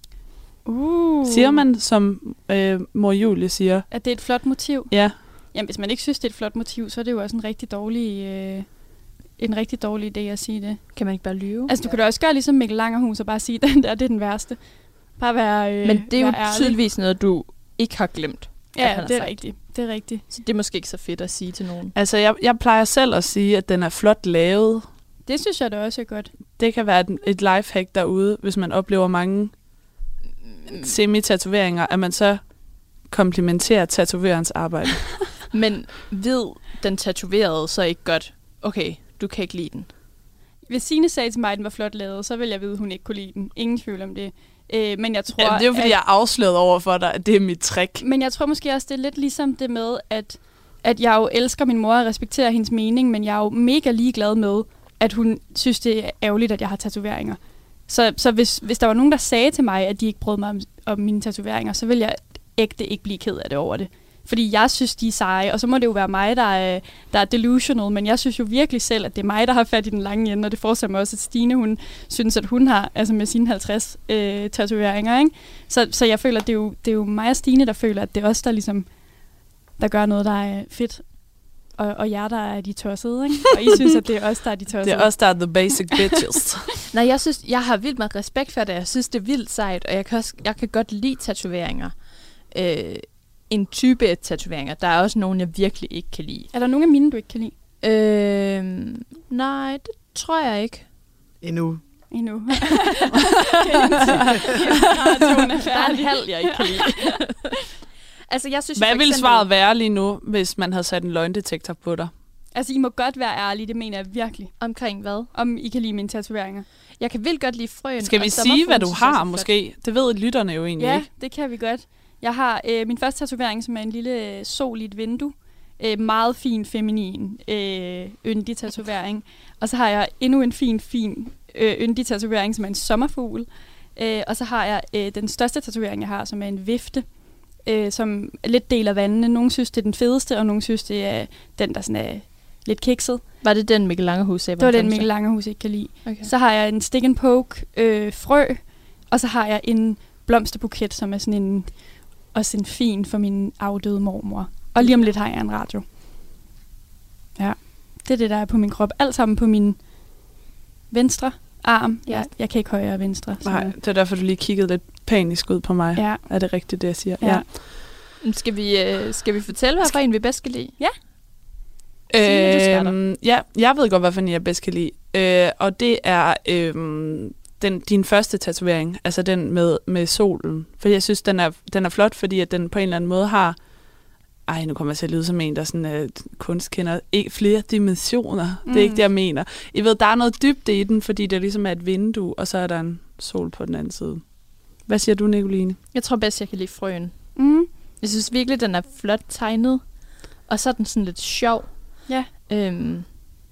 Uh. Siger man, som øh, mor Julie siger, At det er et flot motiv? ja, Jamen, hvis man ikke synes, det er et flot motiv, så er det jo også en rigtig dårlig, øh, en rigtig dårlig idé at sige det. kan man ikke bare lyve? Altså, du kan da også gøre ligesom Mikkel Langerhus og bare sige, den der, det er den værste. Bare være øh, Men det er jo være ærlig. tydeligvis noget, du ikke har glemt. at han Ja, har det er sagt. rigtigt. Det er rigtigt. Så det er måske ikke så fedt at sige til nogen. altså jeg, jeg plejer selv at sige, at den er flot lavet. Det synes jeg da også er godt. det kan være et, et lifehack derude, hvis man oplever mange semi-tatoveringer, at man så komplementerer tatovørens arbejde. Men ved den tatoverede så ikke godt, okay, du kan ikke lide den? Hvis Signe sagde til mig, at den var flot lavet, så ville jeg vide, at hun ikke kunne lide den. Ingen tvivl om det. Øh, men jeg tror, ja, det er jo fordi, at, jeg er afsløret over for dig, at det er mit trick. Men jeg tror måske også, det er lidt ligesom det med, at, at jeg jo elsker min mor og respekterer hendes mening, men jeg er jo mega ligeglad med, at hun synes, det er ærgerligt, at jeg har tatoveringer. Så, så hvis, hvis der var nogen, der sagde til mig, at de ikke brød mig om, om mine tatoveringer, så ville jeg ægte ikke blive ked af det over det. Fordi jeg synes, de er seje, og så må det jo være mig, der er, der er delusional, men jeg synes jo virkelig selv, at det er mig, der har fat i den lange ende, og det forestiller mig også, at Stine, hun synes, at hun har, altså med sine halvtreds øh, tatoveringer, ikke? Så, så jeg føler, at det er, jo, det er jo mig og Stine, der føler, at det er os, der ligesom, der gør noget, der er fedt, og, og jer, der er de tossede, ikke? Og I synes, at det er os, der er de tossede. Det er os, der er the basic bitches. Nej, jeg synes, jeg har vildt meget respekt for det, jeg synes, det er vildt sejt, og jeg kan, også, jeg kan godt lide tatoveringer. Øh, en type af tatoveringer. Der er også nogle, jeg virkelig ikke kan lide. Er der nogle af mine, du ikke kan lide? Øh, nej, det tror jeg ikke. Endnu. Endnu. Der er en halv, jeg ikke kan lide. Altså, jeg synes, hvad for ville eksempel, svaret være lige nu, hvis man havde sat en løgndetektor på dig? Altså, I må godt være ærlige, det mener jeg virkelig. Omkring hvad? Om I kan lide mine tatoveringer. Jeg kan vildt godt lide frøen. Skal vi sige, hvad du har, måske? Det ved lytterne jo egentlig ja, ikke. Ja, det kan vi godt. Jeg har øh, min første tatovering, som er en lille sol i et vindue. Øh, meget fin, feminin, øh, yndig tatovering. Og så har jeg endnu en fin, fin, øh, yndig tatovering, som er en sommerfugl. Øh, og så har jeg øh, den største tatovering, jeg har, som er en vifte, øh, som lidt deler vandene. Nogle synes, det er den fedeste, og nogle synes, det er den, der sådan er lidt kikset. Var det den, Mikkel Langerhus sagde? Det var den, Mikkel Langerhus ikke kan lide. Okay. Så har jeg en stick and poke øh, frø, og så har jeg en blomsterbuket, som er sådan en... Også en fin for min afdøde mormor. Og lige om lidt har jeg en radio. Ja, det er det, der er på min krop. Alt sammen på min venstre arm. Ja. Jeg, jeg kan ikke højre og venstre. Så. Nej, det er derfor, du lige kiggede lidt panisk ud på mig. Ja. Er det rigtigt, det jeg siger? Ja. ja. Skal vi, øh, skal vi fortælle, hvad for en vi bedst kan lide? Ja. Øhm, ja, jeg ved godt, hvad for en jeg bedst kan lide. Øh, og det er... Øh, Den, din første tatovering, altså den med, med solen. For jeg synes, den er, den er flot, fordi at den på en eller anden måde har... Ej, nu kommer jeg til at lyde som en, der sådan, uh, kunstkender. Ikke flere dimensioner. Mm. Det er ikke det, jeg mener. I ved, der er noget dybde i den, fordi det ligesom er et vindue, og så er der en sol på den anden side. Hvad siger du, Nicoline? Jeg tror bedst, jeg kan lide frøen. Mm. Jeg synes virkelig, den er flot tegnet. Og så er den sådan lidt sjov. Ja. Øhm...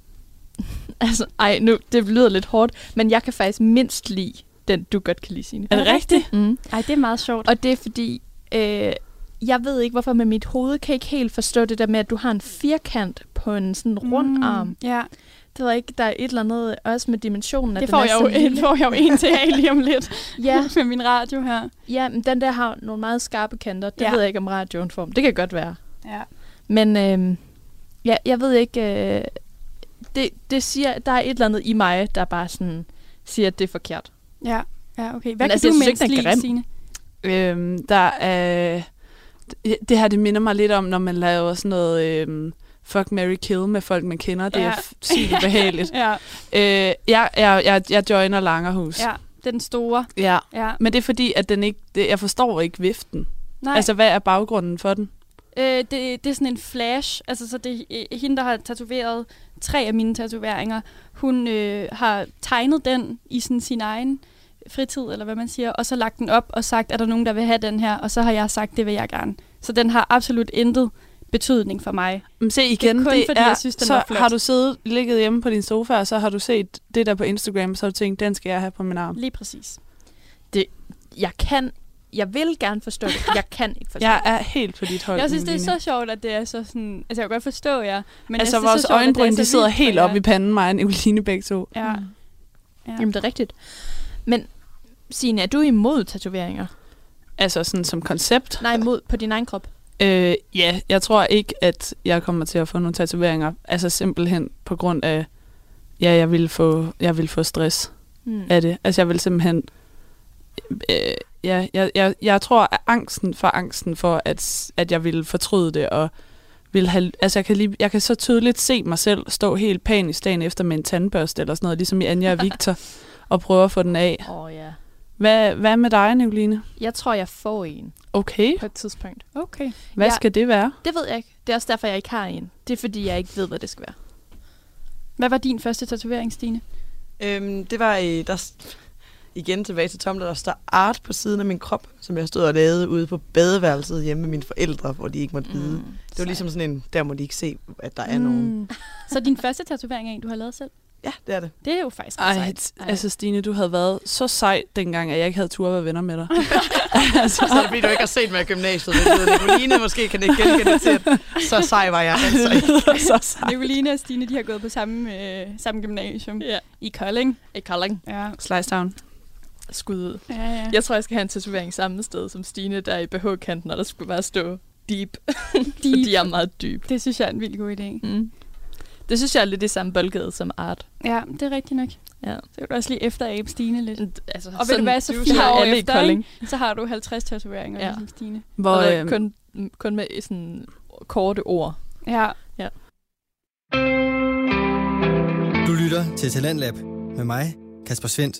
Altså, ej, nu, det lyder lidt hårdt, men jeg kan faktisk mindst lide den, du godt kan lide, Signe. Er det rigtigt? Mm. Ej, det er meget sjovt. Og det er fordi, øh, jeg ved ikke, hvorfor, men mit hoved kan ikke helt forstå det der med, at du har en firkant på en sådan rund mm. arm. Ja. Det var ikke, der er et eller andet også med dimensionen. Det får, jeg jo, det får jeg jo en til af lige om lidt. Ja. Med min radio her. Ja, men den der har nogle meget skarpe kanter. Det ja. ved jeg ikke, om radioen får. Det kan godt være. Ja. Men øh, ja, jeg ved ikke... Øh, Det, det siger, der er et eller andet i mig, der bare sådan siger, at det er forkert. Ja, ja okay. Hvad Men kan altså, du jeg mindst synes ikke, den er lide, grim. Signe? Øhm, der er... Det her, det minder mig lidt om, når man laver sådan noget øhm, fuck, marry, kill med folk, man kender. Det ja. er f- sygt behageligt. ja. øh, jeg, jeg, jeg, jeg joiner Langerhus. Ja, den store. Ja. ja. Men det er fordi, at den ikke... Det, jeg forstår ikke viften. Nej. Altså, hvad er baggrunden for den? Øh, det, det er sådan en flash. Altså, så det er hende, der har tatoveret tre af mine tatoveringer. Hun øh, har tegnet den i sådan sin egen fritid, eller hvad man siger, og så lagt den op og sagt, er der nogen, der vil have den her? Og så har jeg sagt, det vil jeg gerne. Så den har absolut intet betydning for mig. Men se igen, det er kun det fordi, er, jeg synes, den så var flot. har du siddet, ligget hjemme på din sofa, og så har du set det der på Instagram, så har du tænkt, den skal jeg have på min arm. Lige præcis. Det, jeg kan... Jeg vil gerne forstå det. Jeg kan ikke forstå Jeg er helt på dit hold. Jeg synes, det er så sjovt, at det er så sådan... Altså, jeg kan godt forstå jer. Men altså, jeg synes, vores det er sjovt, øjenbryn, at det er de så sidder vildt helt for op jer. i panden, mig og Nicoline begge to. Ja. Mm. ja. Jamen, det er rigtigt. Men, Signe, er du imod tatoveringer? Altså, sådan som koncept? Nej, imod på din egen krop. Øh, ja, jeg tror ikke, at jeg kommer til at få nogle tatoveringer. Altså, simpelthen på grund af... Ja, jeg vil få, jeg vil få stress mm. af det. Altså, jeg vil simpelthen... Øh, ja, jeg, jeg, jeg tror, at angsten for angsten for, at, at jeg ville fortryde det, og vil have... Altså, jeg kan, lige, jeg kan så tydeligt se mig selv stå helt panisk dagen efter med en tandbørste eller sådan noget, ligesom i Anja og Victor, og prøve at få den af. Åh oh, ja. Hvad, hvad med dig, Nicoline? Jeg tror, jeg får en Okay. på et tidspunkt. Okay. Hvad Jeg- skal det være? Det ved jeg ikke. Det er også derfor, jeg ikke har en. Det er, fordi jeg ikke ved, hvad det skal være. Hvad var din første tatovering, Stine? Øhm, det var i, der, s- igen tilbage til Tom, der står art på siden af min krop, som jeg stod og lavede ude på badeværelset hjemme med mine forældre, hvor de ikke måtte vide. Mm, det var ligesom sådan en, der må de ikke se, at der er mm. nogen. Så din første tatovering er en, du har lavet selv? Ja, det er det. Det er jo faktisk ret Ej, sejt. t- altså Stine, du havde været så sej dengang, at jeg ikke havde tur at være venner med dig. altså, Så er det fordi, du ikke har set mig i gymnasiet. Men Nicoline måske kan ikke genkende til, at så sej var jeg altså ikke. så sej. Nicoline og Stine, de har gået på samme, øh, samme gymnasium Ja. i Kolding. I Kolding. Ja. Slice down. Skud ud. Ja, ja. Jeg tror, jeg skal have en tatovering samme sted som Stine, der er i B H-kanten, og der skulle bare stå deep. Fordi jeg er meget dyb. Det synes jeg er en vildt god idé. Mm. Det synes jeg er lidt i samme boldgade som art. Ja, det er rigtigt nok. Ja. Så kan du også lige efter Abe Stine lidt. Altså, Og ved du hvad, så det er jo fire sådan år alle i efter, Kolding. ikke? Så har du halvtreds tatoveringer, Ja. ja. ligesom Stine. Hvor, Og øh, kun, kun med sådan korte ord. Ja. Du lytter til Talentlab med mig, Kasper Svendt.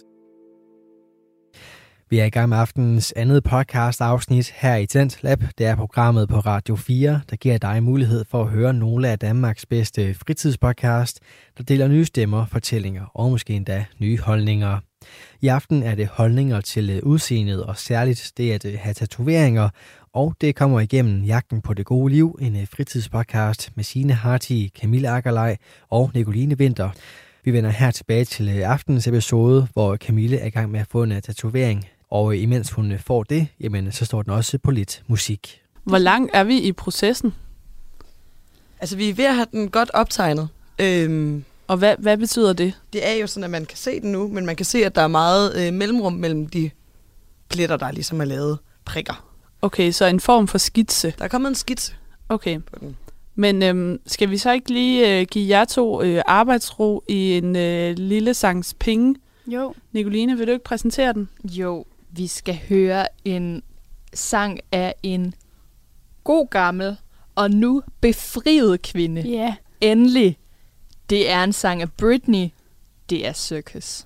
Vi er i gang med aftenens andet podcast-afsnit her i Talentlab. Det er programmet på Radio fire, der giver dig mulighed for at høre nogle af Danmarks bedste fritidspodcast, der deler nye stemmer, fortællinger og måske endda nye holdninger. I aften er det holdninger til udseendet, og særligt det at have tatoveringer, og det kommer igennem Jagten på det gode liv, en fritidspodcast med Signe Harti, Camille Akkerlej og Nicoline Winther. Vi vender her tilbage til aftenens episode, hvor Camille er i gang med at få en tatovering, og imens hun får det, jamen, så står den også på lidt musik. hvor langt er vi i processen? Altså, vi er ved at have den godt optegnet. Øhm, Og hvad, hvad betyder det? det er jo sådan, at man kan se den nu, men man kan se, at der er meget øh, mellemrum mellem de pletter, der ligesom er lavet prikker. Okay, så en form for skitse. Der er kommet en skitse Okay. på den. Men øhm, skal vi så ikke lige øh, give jer to øh, arbejdsro i en øh, lille sangs penge? Jo. Nicoline, vil du ikke præsentere den? Jo, vi skal høre en sang af en god gammel og nu befriet kvinde. Ja. Yeah. Endelig. Det er en sang af Britney. Det er Circus.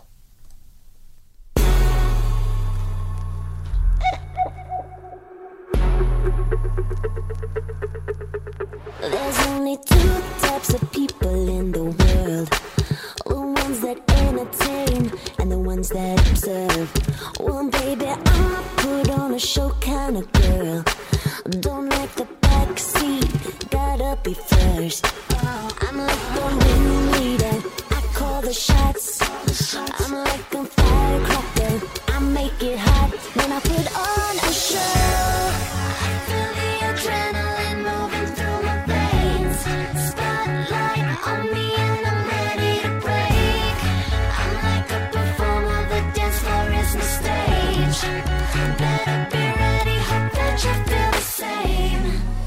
There's only two types of people in the world. The ones that entertain and the ones that observe. Well, baby, I'm a put on a show kind of girl. Don't like the back seat, gotta be first. I'm like the ringleader, I call the shots. I'm like a firecracker, I make it hot when I put on a show. Feel the adrenaline moving through my veins. Spotlight on me and I'm ready to break. I'm like a performer, the dance floor is my stage. Better be ready, hope that you feel the same.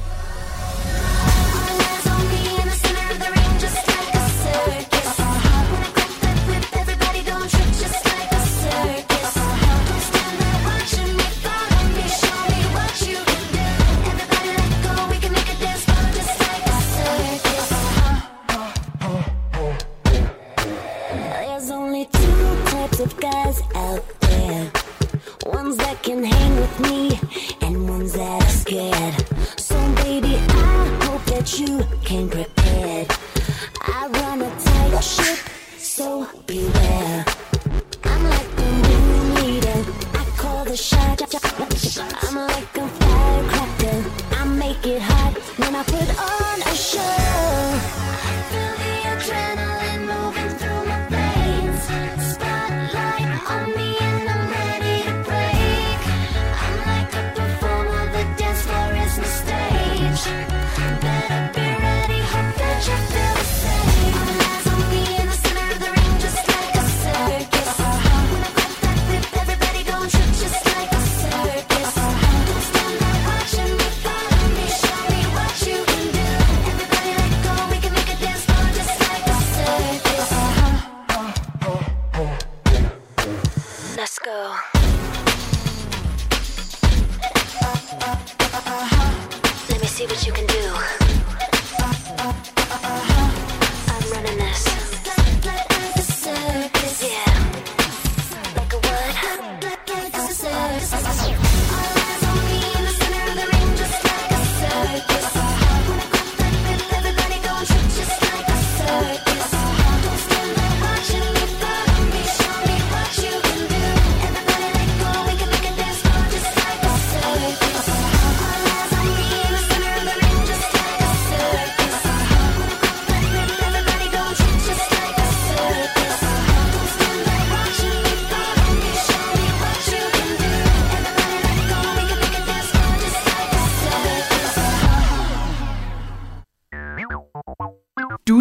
All eyes on me in the center of the ring, just like a circus. When I crack that whip, everybody gon' trip just like a circus. Don't stand there watching me, follow me, show me what you can do. Everybody let go, we can make a dance floor just like a circus. There's only two types of guys out there. Ones that can hang with me and ones that are scared. So baby, I hope that you came prepared. I run a tight ship, so beware. I'm like the room leader, I call the shot. I'm like a firecracker, I make it hot when I put on a show. Feel the adrenaline moving through my veins. Spotlight on me and I'm ready to break. I'm like a performer, the dance floor is my stage. Better be ready, hope that you feel the same. All eyes on me in the center of the ring, just like a circus. When I crack that whip, everybody gon' trip just like a circus. Don't stand there watching me, follow me, show me what you can do. Everybody let go, we can make a dance floor just like a circus. Let's go. Let me see what you can do.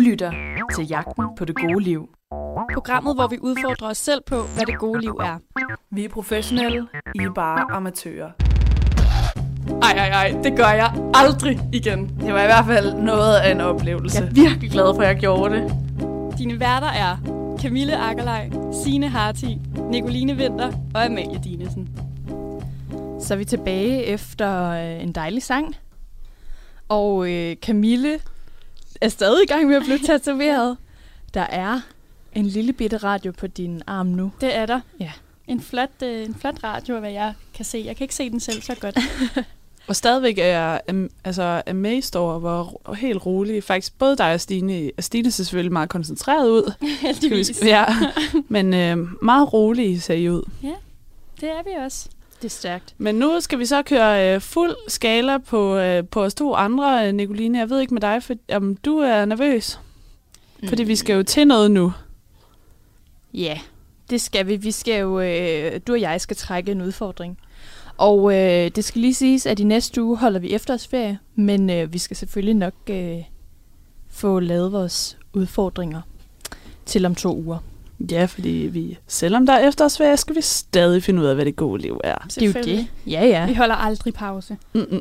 lytter til Jagten på det gode liv. Programmet, hvor vi udfordrer os selv på, hvad det gode liv er. Vi er professionelle, I er bare amatører. Ej, ej, ej, det gør jeg aldrig igen. Det var i hvert fald noget af en oplevelse. Jeg er virkelig glad for, at jeg gjorde det. Dine værter er Camille Akkerlej, Signe Harti, Nicoline Vinter og Amalie Dinesen. Så er vi tilbage efter øh, en dejlig sang. Og øh, Camille er stadig i gang med at blive tatoveret. Der er en lille bitte radio på din arm nu. Det er der. Ja. En flot, øh, en flot radio, hvad jeg kan se. Jeg kan ikke se den selv så godt. Og stadigvæk er jeg um, altså, amazed over, hvor helt rolig. Faktisk både dig og Stine. Stine ser selvfølgelig meget koncentreret ud. Heldigvis. Ja. Men øh, meget rolig ser I ud. Ja, det er vi også. Det er stærkt. Men nu skal vi så køre øh, fuld skala på, øh, på os to andre, øh, Nicoline. Jeg ved ikke med dig, for om du er nervøs. Mm. Fordi vi skal jo til noget nu. Ja, det skal vi. Vi skal jo, øh, du og jeg skal trække en udfordring. Og øh, det skal lige siges, at i næste uge holder vi efterårsferie, men øh, vi skal selvfølgelig nok øh, få lavet vores udfordringer til om to uger. Ja, fordi vi, selvom der er efterårsferie, skal vi stadig finde ud af, hvad det gode liv er. Det er jo det. Ja, ja. Vi holder aldrig pause.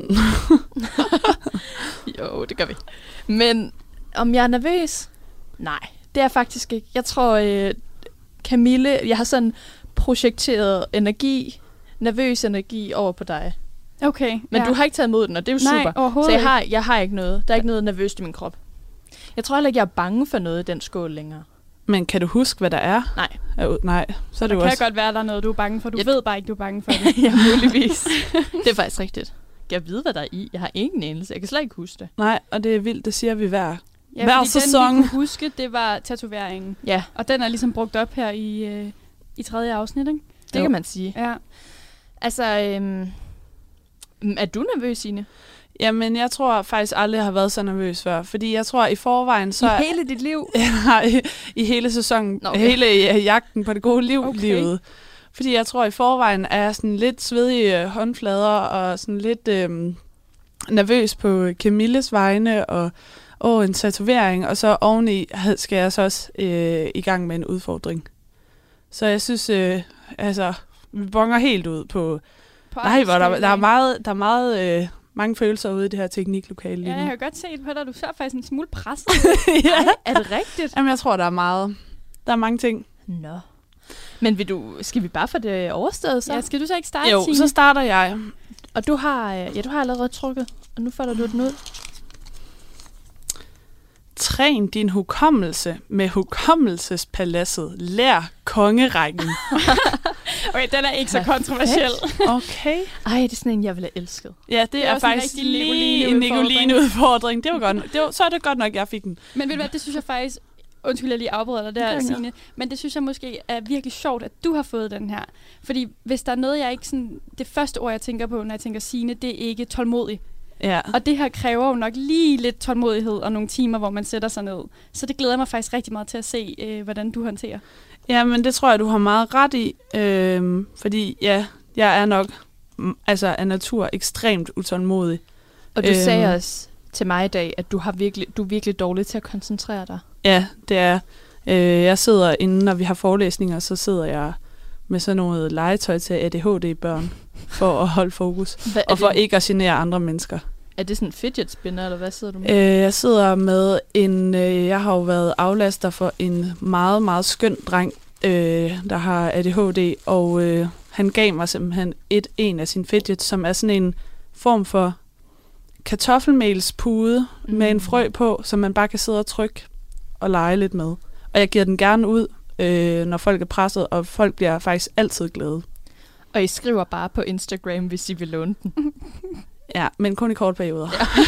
Jo, det gør vi. Men om jeg er nervøs? Nej, det er jeg faktisk ikke. Jeg tror, øh, Camille, jeg har sådan projekteret energi, nervøs energi over på dig. Okay. Men ja. du har ikke taget imod den, og det er jo Nej, super. overhovedet Så jeg har, jeg har ikke noget. Der er ikke noget nervøst i min krop. Jeg tror heller ikke, jeg er bange for noget i den skål længere. Men kan du huske, hvad der er? Nej. Uh, nej, så er det der jo kan også... godt være, der er noget, du er bange for. Du Jeg... ved bare ikke, du er bange for det. Ja, muligvis. Det er faktisk rigtigt. Jeg ved, hvad der er i. Jeg har ingen anelse. Jeg kan slet ikke huske det. Nej, og det er vildt, det siger vi hver, ja, hver fordi sæson. Den, vi kunne huske, det var tatoveringen. Ja. Og den er ligesom brugt op her i, øh, i tredje afsnit, ikke? Det jo. Kan man sige. Ja. Altså, øhm, er du nervøs, Signe? Jamen, jeg tror faktisk aldrig, jeg har været så nervøs før. Fordi jeg tror, i forvejen... så I hele dit liv? Nej, i, i hele sæsonen. Okay. Hele uh, jagten på det gode liv. Okay. Livet. Fordi jeg tror, i forvejen er jeg sådan lidt svedig uh, håndflader og sådan lidt um, nervøs på Camilles vegne og oh, en tatovering. Og så oveni skal jeg så også uh, i gang med en udfordring. Så jeg synes, uh, altså, vi bonger helt ud på... på nej, hvor der, der er meget... Der er meget uh, mange følelser ude i det her tekniklokale lige Ja, nu. jeg har godt set på dig. Du ser faktisk en smule presset. Ja. Ej, er det rigtigt? Jamen, jeg tror, der er meget. Der er mange ting. Nå. Men vil du, skal vi bare få det overstået så? Ja, skal du så ikke starte, Jo, Signe? så starter jeg. Og du har, ja, du har allerede trukket, og nu folder du den ud. Træn din hukommelse med hukommelsespaladset. Lær kongerækken. Okay, den er ikke så kontroversiel. Okay. Ej, det er sådan en, jeg ville have elsket. Ja, det, det er, er faktisk lige en Nicoline-udfordring. Det var godt. Det var, så er det godt nok, jeg fik den. Men ved du hvad, det synes jeg faktisk... Undskyld, jeg lige afbryder dig der, Signe. Men det synes jeg måske er virkelig sjovt, at du har fået den her. Fordi hvis der er noget, jeg ikke sådan... Det første ord, jeg tænker på, når jeg tænker Signe, det er ikke tålmodig. Ja. Og det her kræver jo nok lige lidt tålmodighed og nogle timer, hvor man sætter sig ned. Så det glæder mig faktisk rigtig meget til at se, øh, hvordan du håndterer. Ja, men det tror jeg, du har meget ret i. Øh, fordi ja, jeg er nok altså af natur ekstremt utålmodig. Og du øh, sagde også til mig i dag, at du, har virkelig, du er virkelig dårlig til at koncentrere dig. Ja, det er. Øh, jeg sidder inde, når vi har forelæsninger, så sidder jeg med sådan noget legetøj til A D H D-børn, for at holde fokus, hvad, og for det? Ikke at genere andre mennesker. Er det sådan en fidget spinner, eller hvad sidder du med? Øh, jeg sidder med en, øh, jeg har jo været aflaster for en meget, meget skøn dreng, øh, der har A D H D, og øh, han gav mig simpelthen et, en af sine fidgets, som er sådan en form for kartoffelmelspude mm. med en frø på, som man bare kan sidde og trykke og lege lidt med. Og jeg giver den gerne ud, øh, når folk er presset, og folk bliver faktisk altid glade. Og I skriver bare på Instagram, hvis I vil låne den. Ja, men kun i kort perioder.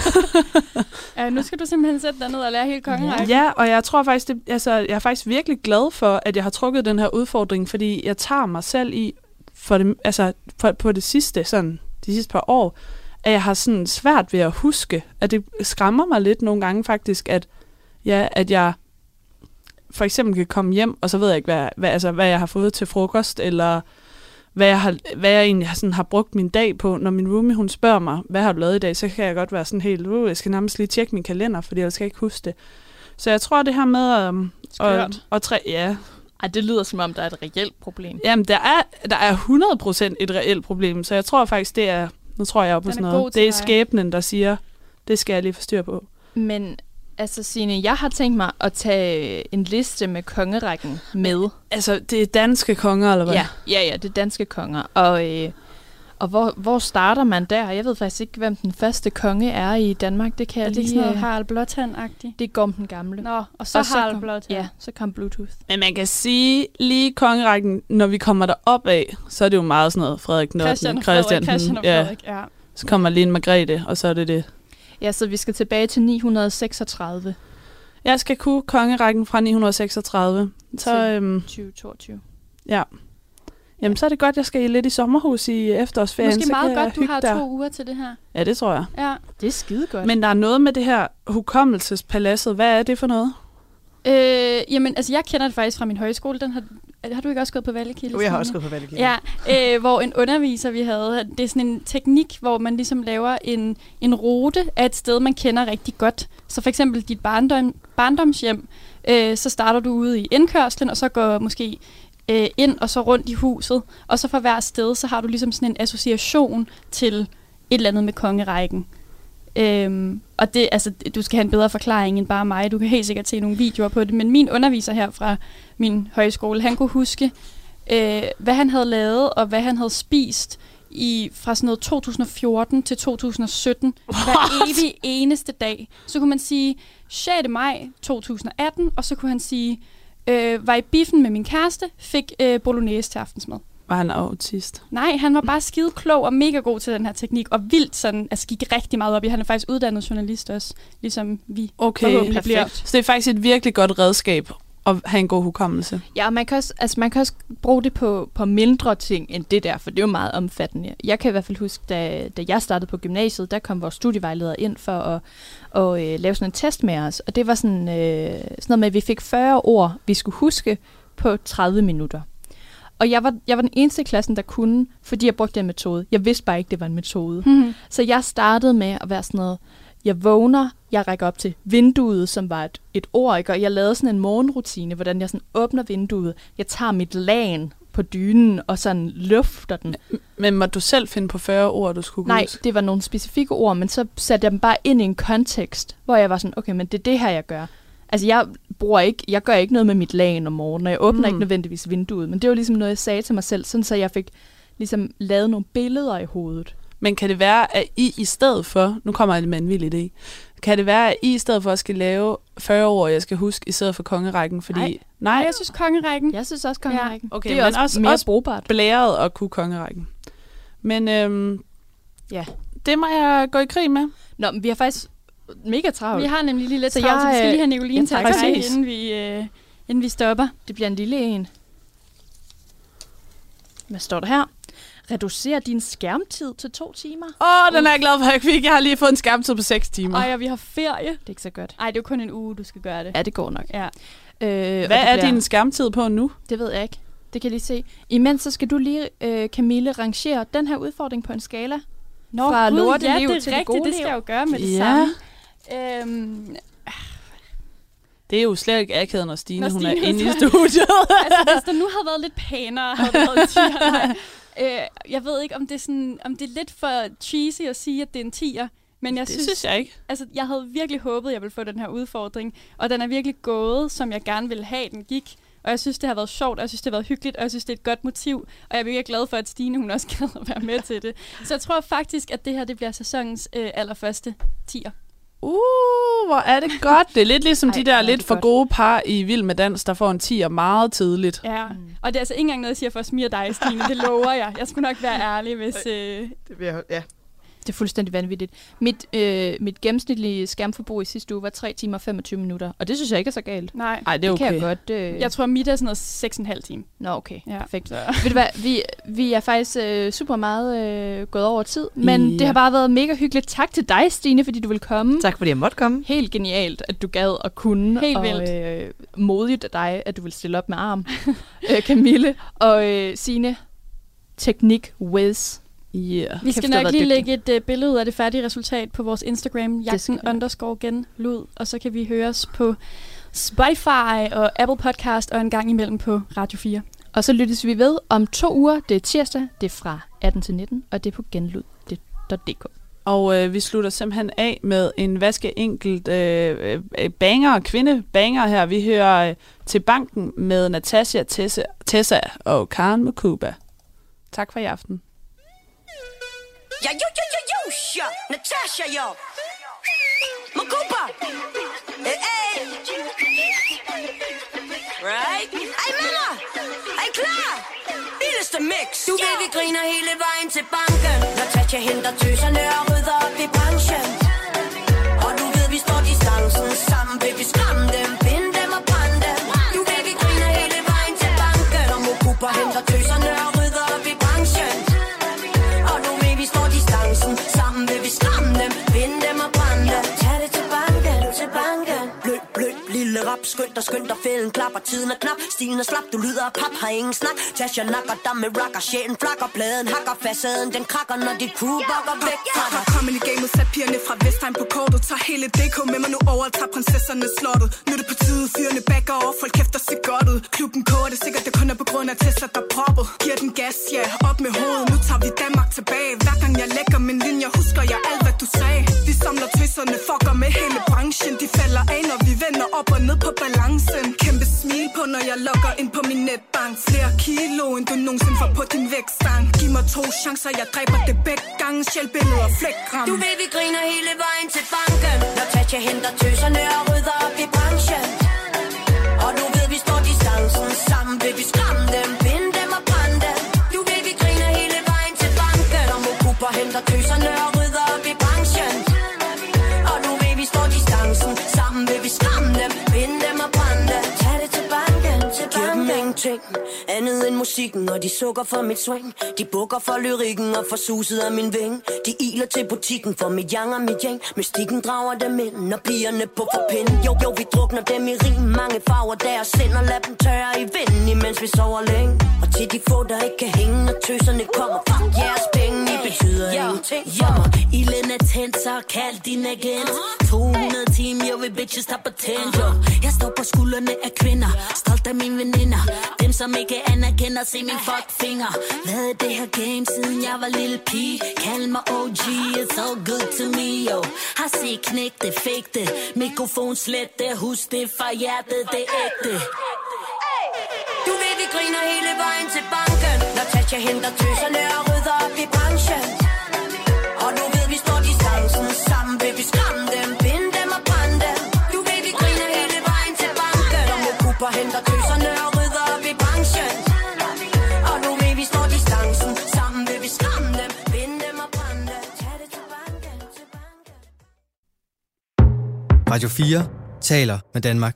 Ja. uh, nu skal du simpelthen sætte dig ned og lære hele kongerækken. Ja, og jeg tror faktisk, det, altså, jeg er faktisk virkelig glad for, at jeg har trukket den her udfordring, fordi jeg tager mig selv i, for det, altså, for, på det sidste, sådan, de sidste par år, at jeg har sådan svært ved at huske, at det skræmmer mig lidt nogle gange faktisk, at, ja, at jeg for eksempel kan komme hjem, og så ved jeg ikke, hvad, hvad, altså, hvad jeg har fået til frokost, eller hvad jeg, har, hvad jeg egentlig har, sådan, har brugt min dag på. Når min roomie, hun spørger mig, hvad har du lavet i dag, så kan jeg godt være sådan helt, uh, jeg skal nærmest lige tjekke min kalender, fordi jeg skal ikke huske det. Så jeg tror, det her med... Um, og, Skørt. og tre, ja. Ej, det lyder som om, der er et reelt problem. Jamen, der er, der er hundrede procent et reelt problem, så jeg tror faktisk, det er... Nu tror jeg op på Den sådan er noget. god til Det er dig. skæbnen, der siger, det skal jeg lige få styr på. Men altså, Signe, jeg har tænkt mig at tage en liste med kongerækken med. Altså, det er danske konger, eller hvad? Ja, ja, ja, det er danske konger. Og, øh, og hvor, hvor starter man der? Jeg ved faktisk ikke, hvem den første konge er i Danmark. Det kan Er jeg det ikke lige... sådan noget øh, Harald Blåtand-agtigt? det er Gorm den gamle. Nå, og så Og så Harald kom- Blåtand. Ja, så kom Bluetooth. Men man kan sige, lige kongerækken, når vi kommer derop af, så er det jo meget sådan noget Frederik den Christian ottende, og Frederik, Christian og ja. Frederik, ja. Så kommer lige en Margrethe, og så er det det. Ja, så vi skal tilbage til ni hundrede seksogtredive Jeg skal kunne kongerækken fra ni hundrede seksogtredive. Så, Til- øhm, tyve toogtyve. ja. Jamen, så er det godt, jeg skal i lidt i sommerhus i efterårsferien. Måske så meget kan jeg godt, du hygge har der. to uger til det her. Ja, det tror jeg. Ja. Det er skide godt. Men der er noget med det her hukommelsespaladset. Hvad er det for noget? Øh, jamen, altså jeg kender det faktisk fra min højskole. Den har, har du ikke også gået på Vallekilde? Jo, jeg har også Stine? gået på Vallekilde. Ja, øh, hvor en underviser, vi havde, det er sådan en teknik, hvor man ligesom laver en, en rute af et sted, man kender rigtig godt. Så for eksempel dit barndom, barndomshjem, øh, så starter du ude i indkørslen, og så går måske øh, ind og så rundt i huset. Og så for hver sted, så har du ligesom sådan en association til et eller andet med kongerækken. Øhm, og det, altså, du skal have en bedre forklaring end bare mig. Du kan helt sikkert se nogle videoer på det. Men min underviser her fra min højskole, han kunne huske, øh, hvad han havde lavet, og hvad han havde spist i, fra sådan noget to tusind og fjorten til to tusind og sytten. What? Hver evig eneste dag. Så kunne man sige sjette maj to tusind og atten, og så kunne han sige, øh, var i biffen med min kæreste, fik øh, bolognese til aftensmad. Var han autist? Nej, han var bare skide klog og mega god til den her teknik, og vildt sådan, altså gik rigtig meget op i. Han er faktisk uddannet journalist også, ligesom vi Okay, forhåbentlig bliver. perfekt. Så det er faktisk et virkelig godt redskab at have en god hukommelse. Ja, man kan, også, altså man kan også bruge det på, på mindre ting end det der, for det er jo meget omfattende. Jeg kan i hvert fald huske, da, da jeg startede på gymnasiet, der kom vores studievejleder ind for at, at øh, lave sådan en test med os. Og det var sådan, øh, sådan noget med, at vi fik fyrre ord, vi skulle huske på tredive minutter. Og jeg var, jeg var den eneste i klassen, der kunne, fordi jeg brugte den metode. Jeg vidste bare ikke, det var en metode. Mm-hmm. Så jeg startede med at være sådan noget, jeg vågner, jeg rækker op til vinduet, som var et, et ord, ikke? Og jeg lavede sådan en morgenrutine, hvordan jeg sådan åbner vinduet, jeg tager mit lagen på dynen, og sådan lufter den. Men må du selv finde på fyrre ord, du skulle Nej, huske? det var nogle specifikke ord, men så satte jeg dem bare ind i en kontekst, hvor jeg var sådan, okay, men det er det her, jeg gør. Altså, jeg bruger ikke, jeg gør ikke noget med mit lagen om morgenen, og jeg åbner mm. ikke nødvendigvis vinduet, men det var ligesom noget, jeg sagde til mig selv, sådan så jeg fik ligesom lavet nogle billeder i hovedet. Men kan det være, at I i stedet for, nu kommer jeg med en vild idé, kan det være, at I i stedet for skal lave fyrre ord, jeg skal huske, i stedet for kongerækken? Fordi, Nej. nej, Jeg synes kongerækken. Jeg synes også, kongerækken. Okay, det er men også, også- mere også- brugbart. blæret at kunne kongerækken. Men øhm, Ja. det må jeg gå i krig med. Nå, men vi har faktisk mega travlt. Vi har nemlig lige lidt Så travlt, så vi jeg, skal lige have øh, Nicoline jeg til at tager tage, præcis. inden vi, øh, inden vi stopper. Det bliver en lille en. Hvad står der her? Reducer din skærmtid til to timer. Åh, oh, den er jeg glad for, at jeg fik. Jeg har lige fået en skærmtid på seks timer. Ej, og vi har ferie. Det er ikke så godt. Ej, det er jo kun en uge, du skal gøre det. Ja, det går nok. Ja. Øh, Hvad og det er bliver- din skærmtid på nu? Det ved jeg ikke. Det kan jeg lige se. Imens så skal du lige, øh, Camille, rangere den her udfordring på en skala. Nå, Fra gud, lorteliv ja, det er til det rigtigt, gode det skal liv. jeg jo gøre med det Ja. samme. Øhm, Det er jo slet ikke akavet, når Stine, Når hun Stine, er inde i hun- studiet. altså, hvis der nu havde været lidt pænere, havde det været en tier. Nej. Øh, jeg ved ikke, om det, er sådan, om det er lidt for cheesy at sige, at det er en tier. Men jeg Det synes, synes jeg ikke. altså, jeg havde virkelig håbet, at jeg ville få den her udfordring. Og den er virkelig gået, som jeg gerne ville have, den gik. Og jeg synes, det har været sjovt, og jeg synes, det har været hyggeligt, og jeg synes, det er et godt motiv. Og jeg er virkelig glad for, at Stine hun også kan være med til det. Så jeg tror faktisk, at det her det bliver sæsonens øh, allerførste tier. Uh, hvor er det godt. Det er lidt ligesom Ej, de hvor der er lidt det for godt. gode par i Vild med Dans, der får en tier meget tidligt. Ja. Mm. Og det er altså ikke engang noget, jeg siger for at smire dig, Stine. Det lover jeg. Jeg skulle nok være ærlig, hvis... Øh, Det bliver, ja. Det er fuldstændig vanvittigt. Mit, øh, mit gennemsnitlige skærmforbrug i sidste uge var tre timer og femogtyve minutter. Og det synes jeg ikke er så galt. nej. Ej, det er Det kan okay. jeg godt... Øh... Jeg tror, mit er sådan noget seks og en halv time. Nå, okay. Ja. Perfekt. Så. Ved du hvad, vi, vi er faktisk øh, super meget øh, gået over tid, men Ja. det har bare været mega hyggeligt. Tak til dig, Stine, fordi du vil komme. Tak fordi jeg måtte komme. Helt genialt, at du gad at kunne. Helt og, vildt. øh, modigt af dig, at du vil stille op med arm. øh, Camille og øh, Signe, teknik whiz. Yeah. Vi skal Kæft, du har nok været lige dygtig. lægge et uh, billede ud af det færdige resultat på vores Instagram, jagten underscore genlyd, og så kan vi høres på Spotify og Apple Podcast og en gang imellem på Radio fire. Og så lyttes vi ved om to uger. Det er tirsdag, det er fra atten til nitten, og det er på genlyd punktum d k. Og øh, vi slutter simpelthen af med en vaskeenkelt øh, øh, banger, kvindebanger her. Vi hører øh, Til banken med Natasha, Tessa, Tessa og Karen Mukuba. Tak for i aften. Ja, jo, jo, jo, jo, ja. Natasha, jo. Mukuba. Hey, hey. Right? Ej, mamma. Er I klar? Vildeste mix. Du ved, vi griner hele vejen til banken. Natasha henter tøserne og rydder op i branchen. Og du ved, vi står distancen sammen. Vil vi skræmme dem, binde dem og brænde dem. Du ved, vi griner hele vejen til banken. Og Mukuba henter tøserne og rydder op i branchen. Og nu ved vi står distancen sammen. Vil vi skræmme dem, binde dem og brænde dem. Tag det til banken, til banken. Blød, blød, lille rap. Skynd dig, skynd dig, fælden klapper. Tiden er knap, stilen er slap. Du lyder af pap, har ingen snak. Tasha nakker dig med rocker. Sjælen flakker, pladen hakker. Facaden, den krakker, når dit crew bakker væk fra dig. Kom ind i gamet, sat pigerne fra Vestheim på kortet. Tag hele D K med mig nu over og tager prinsesserne slottet. Nu er det på tide, fyrene backer over. Folk kæfter sig godt ud. Klubben koger det sikkert, det kun er på grund af Tesla, der proppet. Giver den gas, ja, op med hovedet. Nu tager vi Danmark tilbage. Hver gang jeg lægger min linje, husker jeg alt, hvad du sagde. Vi samler tøserne, fucker med hele branchen. De falder af, når vi vender op og ned på balancen. Kæmpe smil på, når jeg logger ind på min netbank. Flere kilo, end du nogensinde får på din vægtstang. Giv mig to chancer, jeg dræber det begge gange. Sjælbilleder og flækgram. Du ved, vi griner hele vejen til banken. Når Tasha henter tøserne og rydder op i branchen. Og du ved, vi står distancen sammen. Vil vi skræmme dem, binde dem og brænde dem. Du ved, vi griner hele vejen til banken. Og Mukuba henter tøserne og rydder op i branchen. Og nu ved, vi står distancen sammen. Vil vi skræmme dem, binde dem og brænde dem. Tag det til banken, til banken. Giv dem ingenting andet end musikken, og de sukker for mit swing. De bukker for lyrikken og for suset af min vinge. De iler til butikken for mit yang og mit yang. Mystikken drager dem ind, når pigerne på for pinde. Jo, jo, vi drukner dem i rim. Mange farver deres sind og lad dem tørre i vinden, imens vi sover længe. Og til de få, der ikke kan hænge, når tøserne kommer. Fuck jeres penge, I betyder ja, ingenting. Ja, ilden er tændt, så kald din agent. to hundrede timer, jo, vi bitches tager patent, jo. Jeg står på skuldrene af kvinder, stolt af mine veninder. Dem, som ikke anerkender, se min fuck finger. Hvad er det her game, siden jeg var lille pige? Kald mig O G, it's all good to me, yo. Har set knæk det, fake det. Mikrofon slet det, husk det, fra hjertet, det er ægte. Du ved, vi griner hele vejen til banken. Når Tasha henter tøserne og rydder op i branchen. Og du ved, vi står distancen sammen. Vil vi skræmme dem, binde dem og brænde dem. Du ved, vi griner hele vejen til banken. Og Mukuba henter tøserne og rydder op i branchen. Og nu ved, vi står distancen sammen. Vil vi skræmme dem, binde dem og brænde dem. Tag det til banken, til banken. Radio fire taler med Danmark.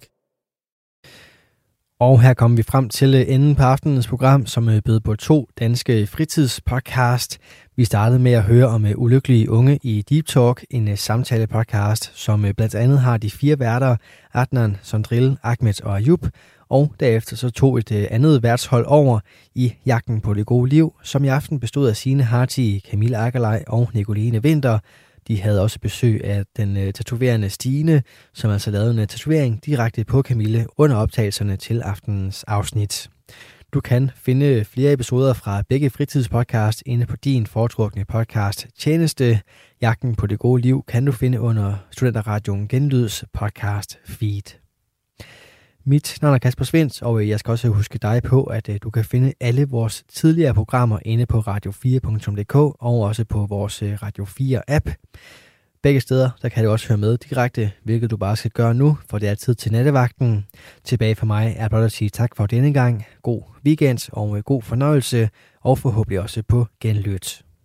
Og her kommer vi frem til enden på aftenens program, som bød på to danske fritidspodcast. Vi startede med at høre om ulykkelige unge i Deep Talk, en samtale-podcast, som blandt andet har de fire værter, Adnan, Sondril, Ahmed og Ayub. Og derefter så tog et andet værtshold over i Jagten på det gode liv, som i aften bestod af Signe Harti, Camille Akkerlej og Nicoline Winther. De havde også besøg af den uh, tatoverende Stine, som altså lavede en tatovering direkte på Camille under optagelserne til aftenens afsnit. Du kan finde flere episoder fra begge fritidspodcast inde på din foretrukne podcast tjeneste. Jagten på det gode liv kan du finde under Studenterradioen Genlyds podcast feed. Mit navn er Kasper Svendt, og jeg skal også huske dig på, at du kan finde alle vores tidligere programmer inde på radio fire punktum d k og også på vores Radio fire app. Begge steder, der kan du også høre med direkte, hvilket du bare skal gøre nu, for det er tid til nattevagten. Tilbage for mig er blot at sige tak for denne gang. God weekend og god fornøjelse, og forhåbentlig også på genlyt.